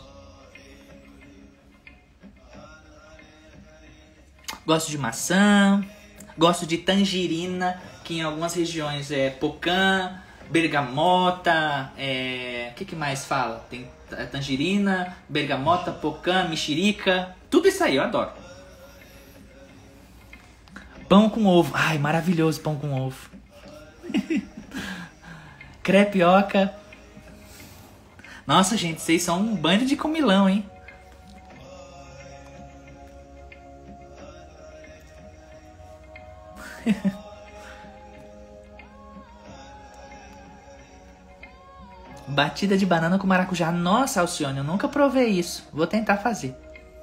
Gosto de maçã. Gosto de tangerina, que em algumas regiões é pocã, bergamota. O que mais fala? Tem tangerina, bergamota, pocã, mexerica. Tudo isso aí, eu adoro. Pão com ovo. Ai, maravilhoso pão com ovo. Crepioca. Nossa, gente, vocês são um bando de comilão, hein? Batida de banana com maracujá. Nossa, Alcione, eu nunca provei isso. Vou tentar fazer.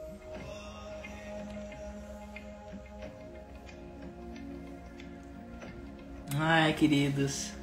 Ai, queridos.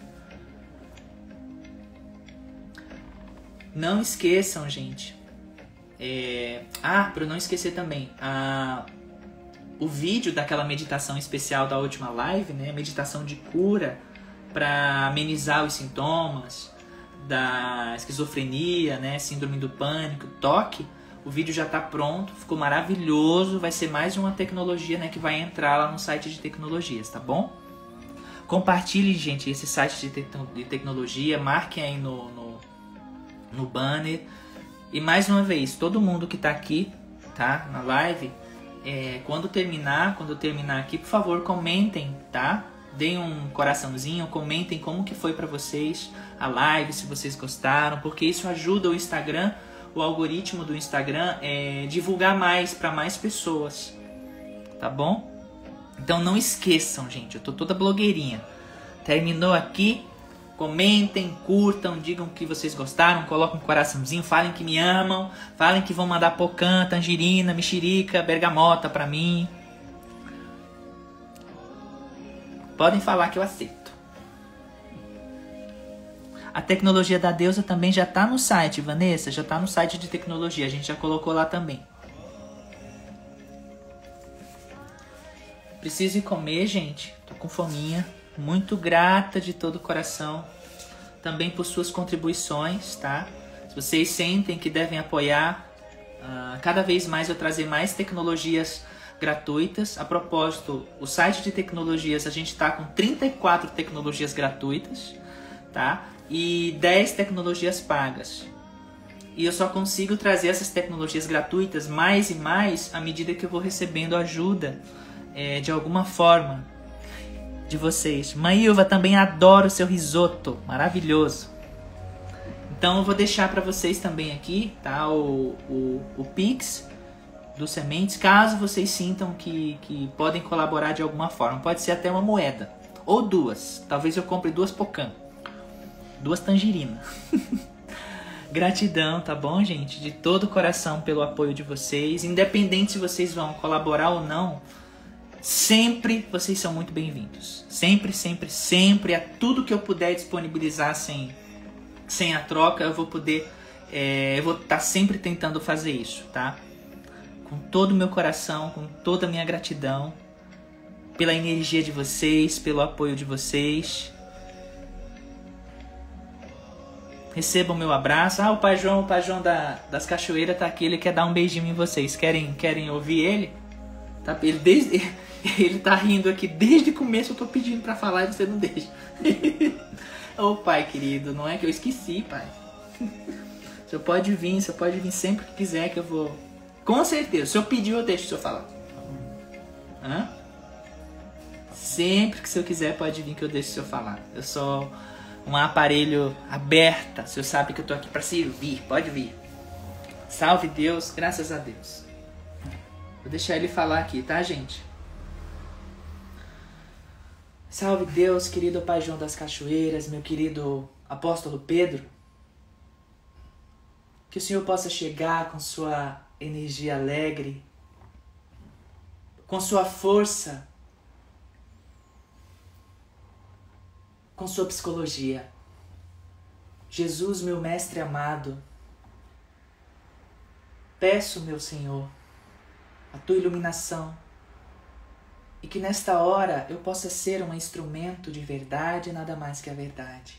Não esqueçam, gente. Para não esquecer também. O vídeo daquela meditação especial da última live, né? Meditação de cura para amenizar os sintomas da esquizofrenia, né? Síndrome do pânico, toque. O vídeo já está pronto, ficou maravilhoso. Vai ser mais uma tecnologia, né? Que vai entrar lá no site de tecnologias, tá bom? Compartilhe, gente, esse site de tecnologia. Marquem aí no banner. E mais uma vez, todo mundo que está aqui, tá? Na live, quando eu terminar aqui, por favor, comentem, tá? Deem um coraçãozinho, comentem como que foi para vocês a live, se vocês gostaram, porque isso ajuda o Instagram, o algoritmo do Instagram, divulgar mais para mais pessoas, tá bom? Então não esqueçam, gente, eu tô toda blogueirinha. Terminou aqui, comentem, curtam, digam que vocês gostaram, coloquem um coraçãozinho, falem que me amam, falem que vão mandar pocã, tangerina, mexerica, bergamota pra mim. Podem falar que eu aceito. A tecnologia da deusa também já tá no site, Vanessa, já tá no site de tecnologia, a gente já colocou lá também. Preciso ir comer, gente, tô com fominha. Muito grata de todo o coração também por suas contribuições, tá? Se vocês sentem que devem apoiar, cada vez mais eu trazer mais tecnologias gratuitas. A propósito, o site de tecnologias, a gente está com 34 tecnologias gratuitas, tá? E 10 tecnologias pagas. E eu só consigo trazer essas tecnologias gratuitas mais e mais à medida que eu vou recebendo ajuda de alguma forma de vocês. Mãe Ilva, também adoro o seu risoto, maravilhoso. Então eu vou deixar para vocês também aqui, tá? O Pix dos sementes, caso vocês sintam que podem colaborar de alguma forma. Pode ser até uma moeda, ou duas. Talvez eu compre 2 pocã, 2 tangerinas. Gratidão, tá bom, gente? De todo o coração pelo apoio de vocês. Independente se vocês vão colaborar ou não, sempre vocês são muito bem-vindos. Sempre, sempre, sempre. A tudo que eu puder disponibilizar sem a troca, eu vou poder... eu vou estar sempre tentando fazer isso, tá? Com todo o meu coração, com toda a minha gratidão pela energia de vocês, pelo apoio de vocês. Recebam meu abraço. O Pai João das Cachoeiras tá aqui, ele quer dar um beijinho em vocês. Querem ouvir ele? Tá, ele tá rindo aqui desde o começo, eu tô pedindo pra falar e você não deixa. Ô Pai querido, não é que eu esqueci, Pai. Você pode vir sempre que quiser que eu vou. Com certeza, se eu pedir eu deixo o senhor falar. Hã? Sempre que o senhor quiser pode vir que eu deixo o senhor falar. Eu sou um aparelho aberto. O senhor sabe que eu tô aqui para servir. Pode vir. Salve Deus, graças a Deus. Vou deixar ele falar aqui, tá, gente? Salve Deus, querido Pai João das Cachoeiras, meu querido apóstolo Pedro. Que o Senhor possa chegar com sua energia alegre, com sua força, com sua psicologia. Jesus, meu mestre amado, peço, meu Senhor, a tua iluminação e que nesta hora eu possa ser um instrumento de verdade e nada mais que a verdade.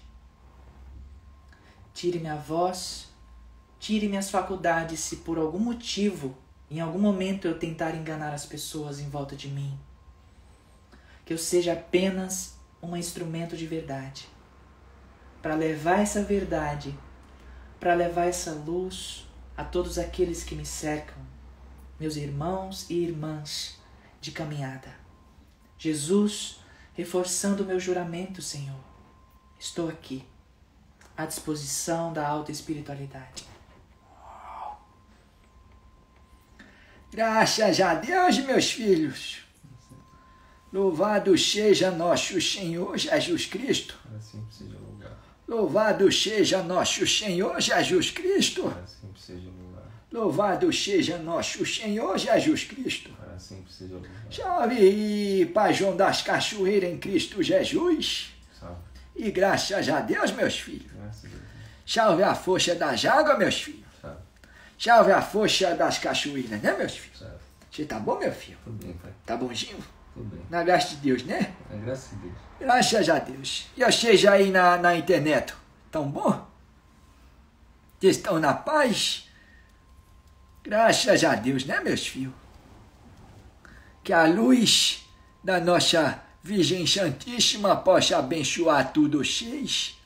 Tire minha voz, tire minhas faculdades se por algum motivo, em algum momento eu tentar enganar as pessoas em volta de mim. Que eu seja apenas um instrumento de verdade, para levar essa verdade, para levar essa luz a todos aqueles que me cercam, meus irmãos e irmãs de caminhada. Jesus, reforçando o meu juramento, Senhor, estou aqui, à disposição da alta espiritualidade. Graças a Deus, meus filhos. Louvado seja nosso Senhor Jesus Cristo. Assim seja lugar. Louvado seja nosso Senhor Jesus Cristo. Assim seja lugar. Louvado seja nosso Senhor Jesus Cristo. Assim seja lugar. Salve, Pai João das Cachoeiras em Cristo Jesus. Salve. E graças a Deus, meus filhos. Graças a Deus. Salve a força das águas, meus filhos. Salve. Salve a força das cachoeiras, né, meus filhos? Salve. Você tá bom, meu filho? Tudo bem, pai. Tá bonzinho? Tudo bem. Na graça de Deus, né? É graças a Deus. Graças a Deus. E vocês aí na internet, tão bom? Vocês estão na paz? Graças a Deus, né, meus filhos? Que a luz da nossa Virgem Santíssima possa abençoar todos vocês.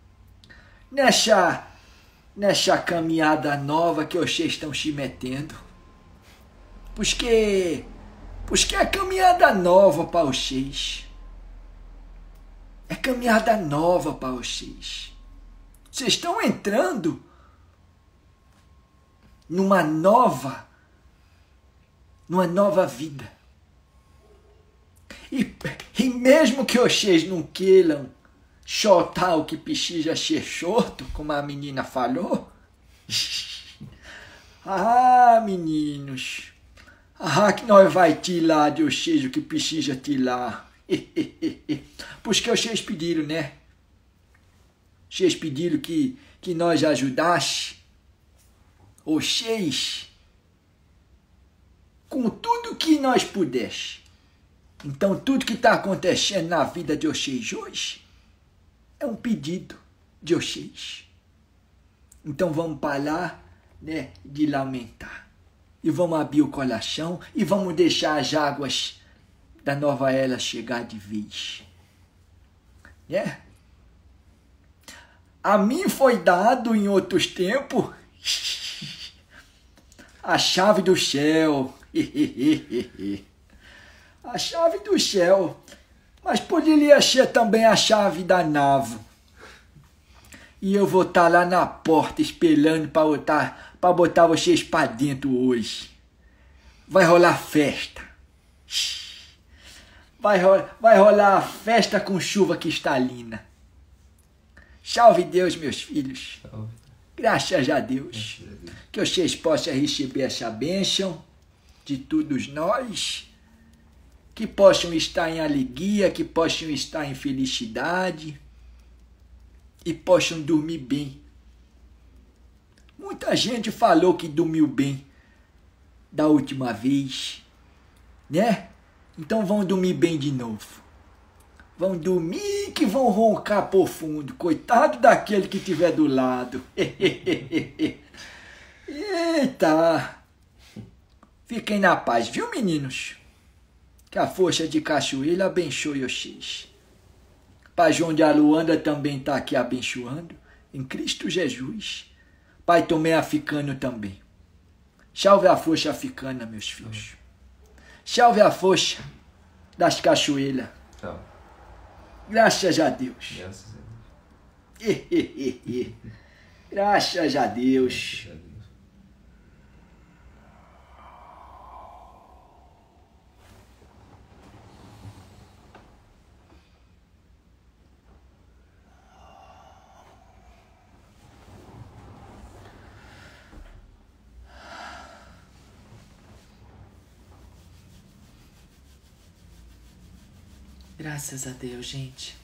Nessa caminhada nova que vocês estão se metendo. Porque é caminhada nova para vocês. É caminhada nova para vocês. Vocês estão entrando numa nova vida. E mesmo que vocês não queiram soltar o que precisa ser solto, como a menina falou. Meninos. Que nós vai tirar de vocês o que precisa tirar. Porque vocês pediram, né? Vocês pediram que nós ajudasse vocês com tudo que nós pudéssemos. Então, tudo que está acontecendo na vida de vocês hoje é um pedido de vocês. Então, vamos parar, né, de lamentar. e vamos abrir o coração e vamos deixar as águas da nova era chegar de vez. Né? A mim foi dado em outros tempos a chave do céu. A chave do céu. Mas poderia ser também a chave da nave. E eu vou estar lá na porta esperando para botar vocês para dentro hoje. Vai rolar festa. Vai rolar a festa com chuva cristalina. Salve Deus, meus filhos. Salve. Graças a Deus. Que vocês possam receber essa bênção de todos nós. Que possam estar em alegria, que possam estar em felicidade. E possam dormir bem. Muita gente falou que dormiu bem da última vez, né? Então vão dormir bem de novo. Vão dormir que vão roncar profundo. Coitado daquele que estiver do lado. Eita! Fiquem na paz, viu, meninos? Que a força de Cachoeira abençoe vocês. Pai João de Aruanda também está aqui abençoando, em Cristo Jesus. Pai Tomé Africano também. Salve a força africana, meus filhos. Salve a força das cachoeiras. Tchau. Graças a Deus. Graças a Deus. Graças a Deus. Graças a Deus. Graças a Deus, gente.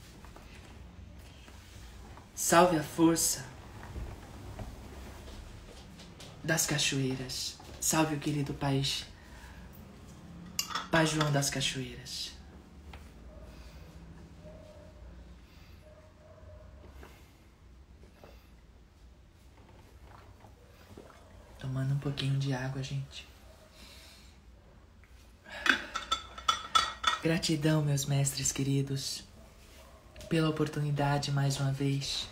Salve a força das cachoeiras. Salve o querido Pai João das Cachoeiras. Tomando um pouquinho de água, gente. Gratidão, meus mestres queridos, pela oportunidade mais uma vez.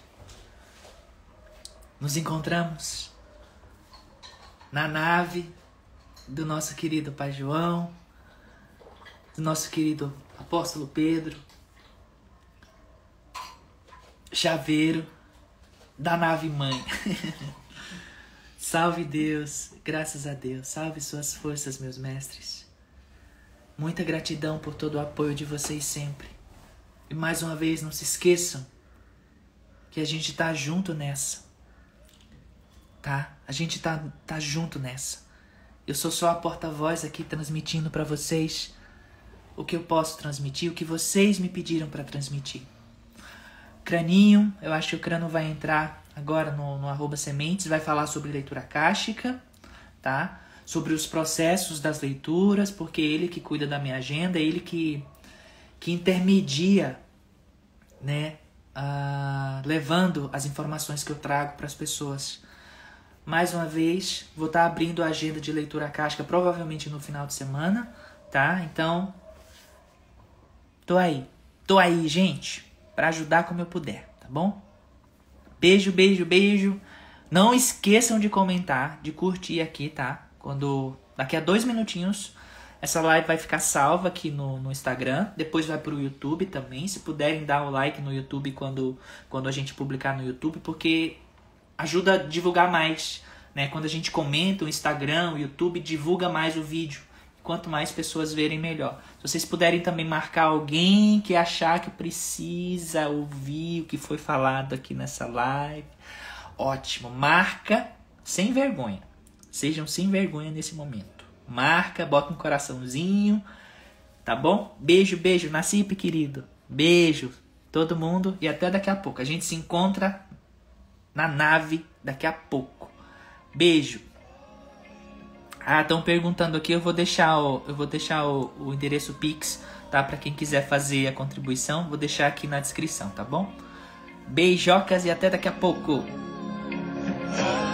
Nos encontramos na nave do nosso querido Pai João, do nosso querido Apóstolo Pedro, chaveiro da nave mãe. Salve Deus, graças a Deus, salve suas forças, meus mestres. Muita gratidão por todo o apoio de vocês sempre. E mais uma vez, não se esqueçam que a gente tá junto nessa. Tá? A gente tá junto nessa. Eu sou só a porta-voz aqui transmitindo para vocês o que eu posso transmitir, o que vocês me pediram para transmitir. Craninho, eu acho que o Crano vai entrar agora no @sementes, vai falar sobre leitura akáshica, tá? Sobre os processos das leituras, porque é ele que cuida da minha agenda, é ele que intermedia, né, levando as informações que eu trago para as pessoas. Mais uma vez, vou estar abrindo a agenda de leitura akáshica, provavelmente no final de semana, tá? Então, tô aí, gente, para ajudar como eu puder, tá bom? Beijo, beijo, beijo. Não esqueçam de comentar, de curtir aqui, tá? Daqui a 2 minutinhos, essa live vai ficar salva aqui no Instagram. Depois vai pro YouTube também. Se puderem dar o like no YouTube quando a gente publicar no YouTube, porque ajuda a divulgar mais, né? Quando a gente comenta, o Instagram, o YouTube divulga mais o vídeo. Quanto mais pessoas verem, melhor. Se vocês puderem também marcar alguém que achar que precisa ouvir o que foi falado aqui nessa live, ótimo. Marca sem vergonha. Sejam sem vergonha nesse momento. Marca, bota um coraçãozinho, tá bom? Beijo, beijo, Nacipe, querido. Beijo, todo mundo. E até daqui a pouco. A gente se encontra na nave daqui a pouco. Beijo. Estão perguntando aqui. Eu vou deixar o endereço Pix, tá? Para quem quiser fazer a contribuição. Vou deixar aqui na descrição, tá bom? Beijocas e até daqui a pouco.